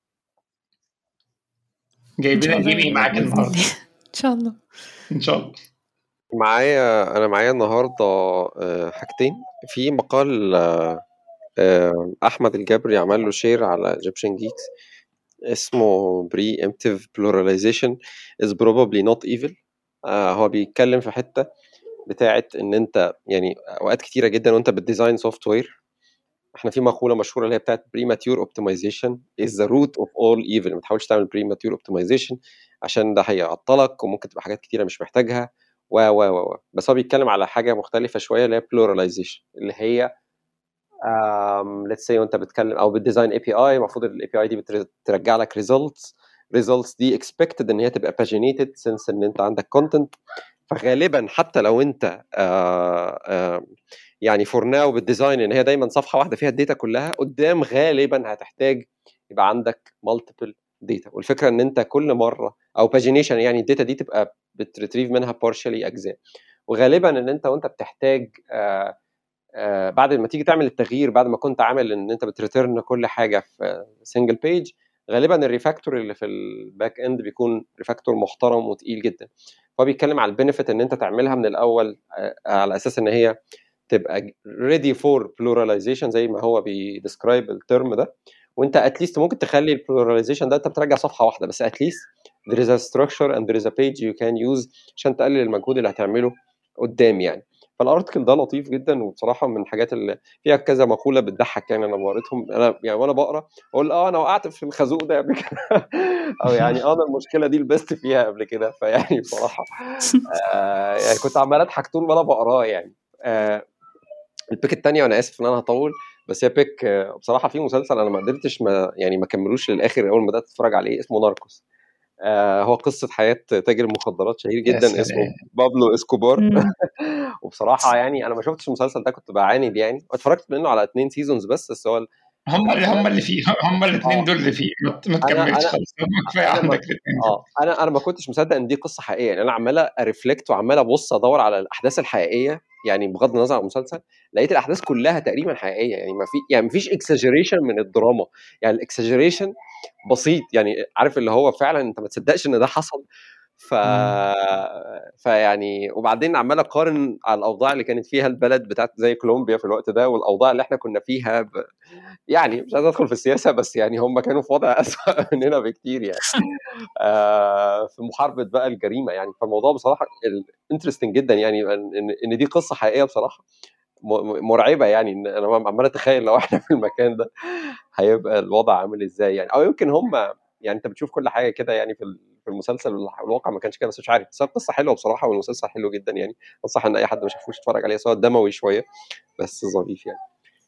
إن جايبين شاء الله نجيب ايه يا رب معاك بإذن النهارده؟ الله. إن شاء الله. ان شاء الله. معايا انا معايا النهارده آه، حاجتين. في مقال آه، آه، احمد الجبري عمل له شير على Egyptian Geeks اسمه Preemptive Pluralization is probably not evil. آه، هو بيتكلم في حتة بتاعت ان انت يعني اوقات كتيرة جدا وانت بتديزاين سوفت وير، احنا في مقولة مشهورة اللي هي بتاعت premature optimization is the root of all evil. ما تحاولش تعمل premature optimization عشان ده هيعطلك وممكن تبقى حاجات كتيرة مش محتاجها و و و و. بس هو بيتكلم على حاجة مختلفة شوية اللي هي pluralization، اللي هي um, let's say وانت بتتكلم او بتديزاين اي بي اي، المفروض الاي بي اي دي بترجع لك results results دي expected ان هي تبقى paginated since ان انت عندك content. فغالبا حتى لو انت آه آه يعني فور ناو بالديزاين ان هي دايما صفحه واحده فيها الداتا كلها، قدام غالبا هتحتاج يبقى عندك مالتيبل داتا. والفكره ان انت كل مره او باجينيشن يعني الداتا دي تبقى بتريتريف منها بارشلي اجزاء، وغالبا ان انت وانت بتحتاج آه آه بعد ما تيجي تعمل التغيير بعد ما كنت عامل ان انت بتريتيرن كل حاجه في سنجل بيج، غالبا الريفاكتور اللي في الباك اند بيكون ريفاكتور محترم وتقيل جدا. فهو بيتكلم على البنفيت ان انت تعملها من الاول آه على اساس ان هي تبقى ready for pluralization زي ما هو بيديسكرايب الترم ده، وانت اتليست ممكن تخلي البلوراليزيشن ده انت بترجع صفحه واحده بس، اتليست there is a structure and there is a page you can use عشان تقلل المجهود اللي هتعمله قدام يعني. فالارتكل ده لطيف جدا، وبصراحه من الحاجات اللي فيها كذا مقوله بتضحك يعني. انا قريتهم انا يعني وانا بقرا اقول اه انا وقعت في الخازوق ده قبل كده او يعني اه انا المشكله دي لبست فيها قبل كده. فيعني بصراحه آه يعني كنت عمال اضحك طول ما انا بقراه يعني. آه البيك التانية، وانا اسف ان انا هطول، بس هي بيك آه، بصراحه في مسلسل انا ما قدرتش ما يعني ما كملوش للاخر اول ما بدات اتفرج عليه، اسمه ناركوس. آه هو قصه حياه تاجر مخدرات شهير يا جدا اسمه سلام. بابلو اسكوبار. مم. وبصراحه يعني انا ما شفتش المسلسل ده، كنت بعاند يعني، اتفرجت منه على اتنين سيزونز بس بس هو هم اللي هم الثلاث اللي فيه هم الاثنين اه دول اللي فيه ما ت- ما انا تكملش انا خالص، هم كفايه انا ما عندك الاثنين دول. اه انا انا ما كنتش مصدق ان دي قصه حقيقيه يعني. انا عمال ارفلكت وعمال ابص ادور على الاحداث الحقيقيه يعني، بغض النظر عن المسلسل لقيت الاحداث كلها تقريبا حقيقيه يعني. ما في يعني ما فيش اكسجريشن من الدراما يعني، الاكسجريشن بسيط يعني، عارف اللي هو فعلا انت ما تصدقش ان ده حصل. ف مم. فيعني وبعدين عمال اقارن على الاوضاع اللي كانت فيها البلد بتاعت زي كولومبيا في الوقت ده والاوضاع اللي احنا كنا فيها ب... يعني مش عايز ادخل في السياسه بس يعني هم كانوا في وضع اسوأ مننا بكتير يعني. آه في محاربه بقى الجريمه يعني. فالموضوع بصراحه انترستنج جدا يعني، ان ان دي قصه حقيقيه بصراحه م- مرعبه يعني. إن انا عمال اتخيل لو احنا في المكان ده هيبقى الوضع عامل ازاي يعني. او يمكن هم يعني انت بتشوف كل حاجه كده يعني في ال- في المسلسل والواقع ما كانش كده، بس مش عارف. بس القصه حلوه بصراحه والمسلسل حلو جدا يعني. انصح ان اي حد ما شافوش يتفرج عليه، سواء دموي شويه بس ظريف يعني.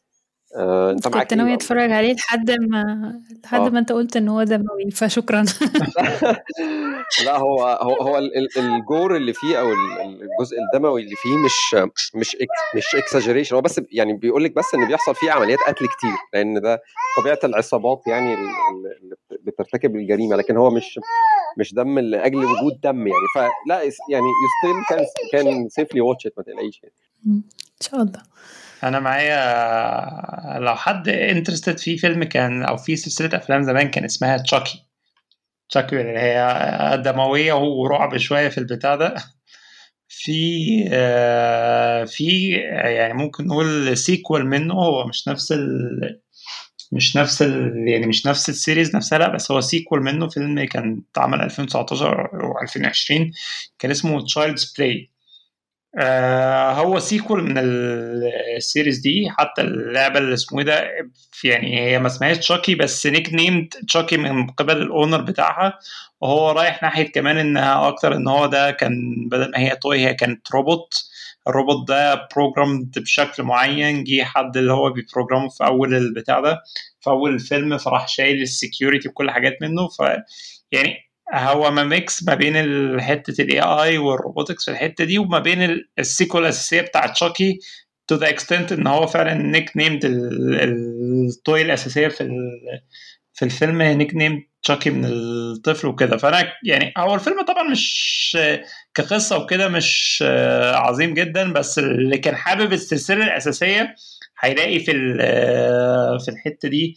آه، انت معاك كنت ايه ناوية بقى؟ اتفرج عليه لحد ما لحد اه ما انت قلت ان هو دموي، فشكرا. لا هو هو هو ال- ال- الجور اللي فيه او ال- ال- الجزء الدموي اللي فيه مش مش إكس مش اكساجريشن، هو بس يعني بيقول لك بس ان بيحصل فيه عمليات قتل كتير، لان ده طبيعه العصابات يعني ال- ال- اللي بترتكب الجريمه، لكن هو مش مش دم لاجل وجود دم يعني. فلا اس- يعني يو ستيل كان كان سيفلي واتش ات، ما تقلقيش يعني. ان شاء الله. انا معايا لو حد انترستد في فيلم كان او في سلسله افلام زمان كان اسمها تشاكي. تشاكي اللي هي دمويه ورعب شويه في البتاع ده. في آه، في يعني ممكن نقول سيكوال منه، هو مش نفس ال مش نفس ال يعني مش نفس السيريز نفسها، لا بس هو سيكوال منه. فيلم كان اتعمل ألفين وتسعتاشر و ألفين وعشرين، كان اسمه تشايلدز بلاي. آه هو سيكول من ال- السيريز دي. حتى اللعبة اللي اسمه إيه ده، في- يعني هي ما اسمهاش تشاكي بس نيك نيمد تشاكي من قبل الاونر بتاعها. وهو رايح ناحية كمان انها اكتر ان هو ده كان بدل ما هي توي هي كانت روبوت. الروبوت ده بروجرام بشكل معين، جه حد اللي هو بيبروجرامه في اول البتاع ده في اول الفيلم، فراح شايل السكيورتي وكل حاجات منه. ف يعني هو ما ميكس ما بين حته الاي اي والروبوتكس في الحته دي، وما بين السيكول الاساسيه بتاعت تشاكي تو ذا اكستنت ان هو فعلا نيك نيمد التوي الاساسيه في في الفيلم نيك نيم تشاكي من الطفل وكده. فانا يعني هو الفيلم طبعا مش كقصه وكده مش عظيم جدا، بس اللي كان حابب السلسله الاساسيه هيلاقي في في الحته دي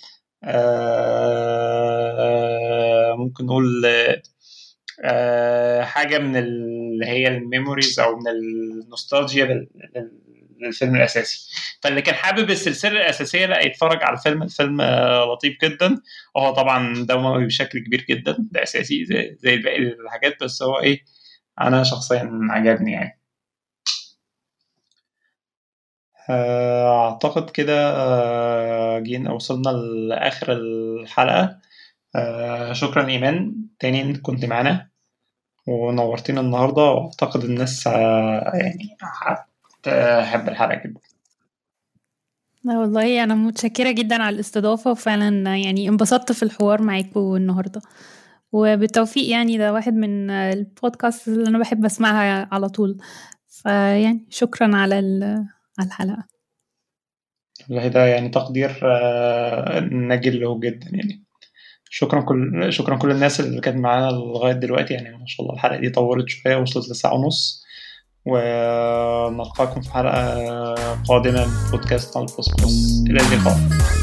ممكن نقول حاجه من اللي هي الميموريز او من النوستالجيا للفيلم الاساسي. فاللي كان حابب السلسله الاساسيه لا يتفرج على الفيلم. الفيلم لطيف جدا، وهو طبعا دموي بشكل كبير جدا، ده اساسي زي زي باقي الحاجات، بس هو ايه انا شخصيا عجبني يعني. اعتقد كده جينا وصلنا لاخر الحلقه. شكرا ايمان تاني كنت معانا ونورتينا النهارده، واعتقد الناس يعني هتحب الحلقه جدا. لا والله أنا متشكرة جدا على الاستضافة، وفعلا يعني انبسطت في الحوار معاكم النهاردة، وبالتوفيق. يعني ده واحد من البودكاست اللي أنا بحب أسمعها على طول، فيعني شكرا على على الحلقة. والله ده يعني تقدير نجل له جدا يعني. شكرا كل شكرا كل الناس اللي كانت معانا لغاية دلوقتي، يعني ما شاء الله الحلقة دي طولت شوية وصلت لساعة ونص، ونلقاكم في حلقة قادمة من بودكاست البوس بوس. إلى اللقاء.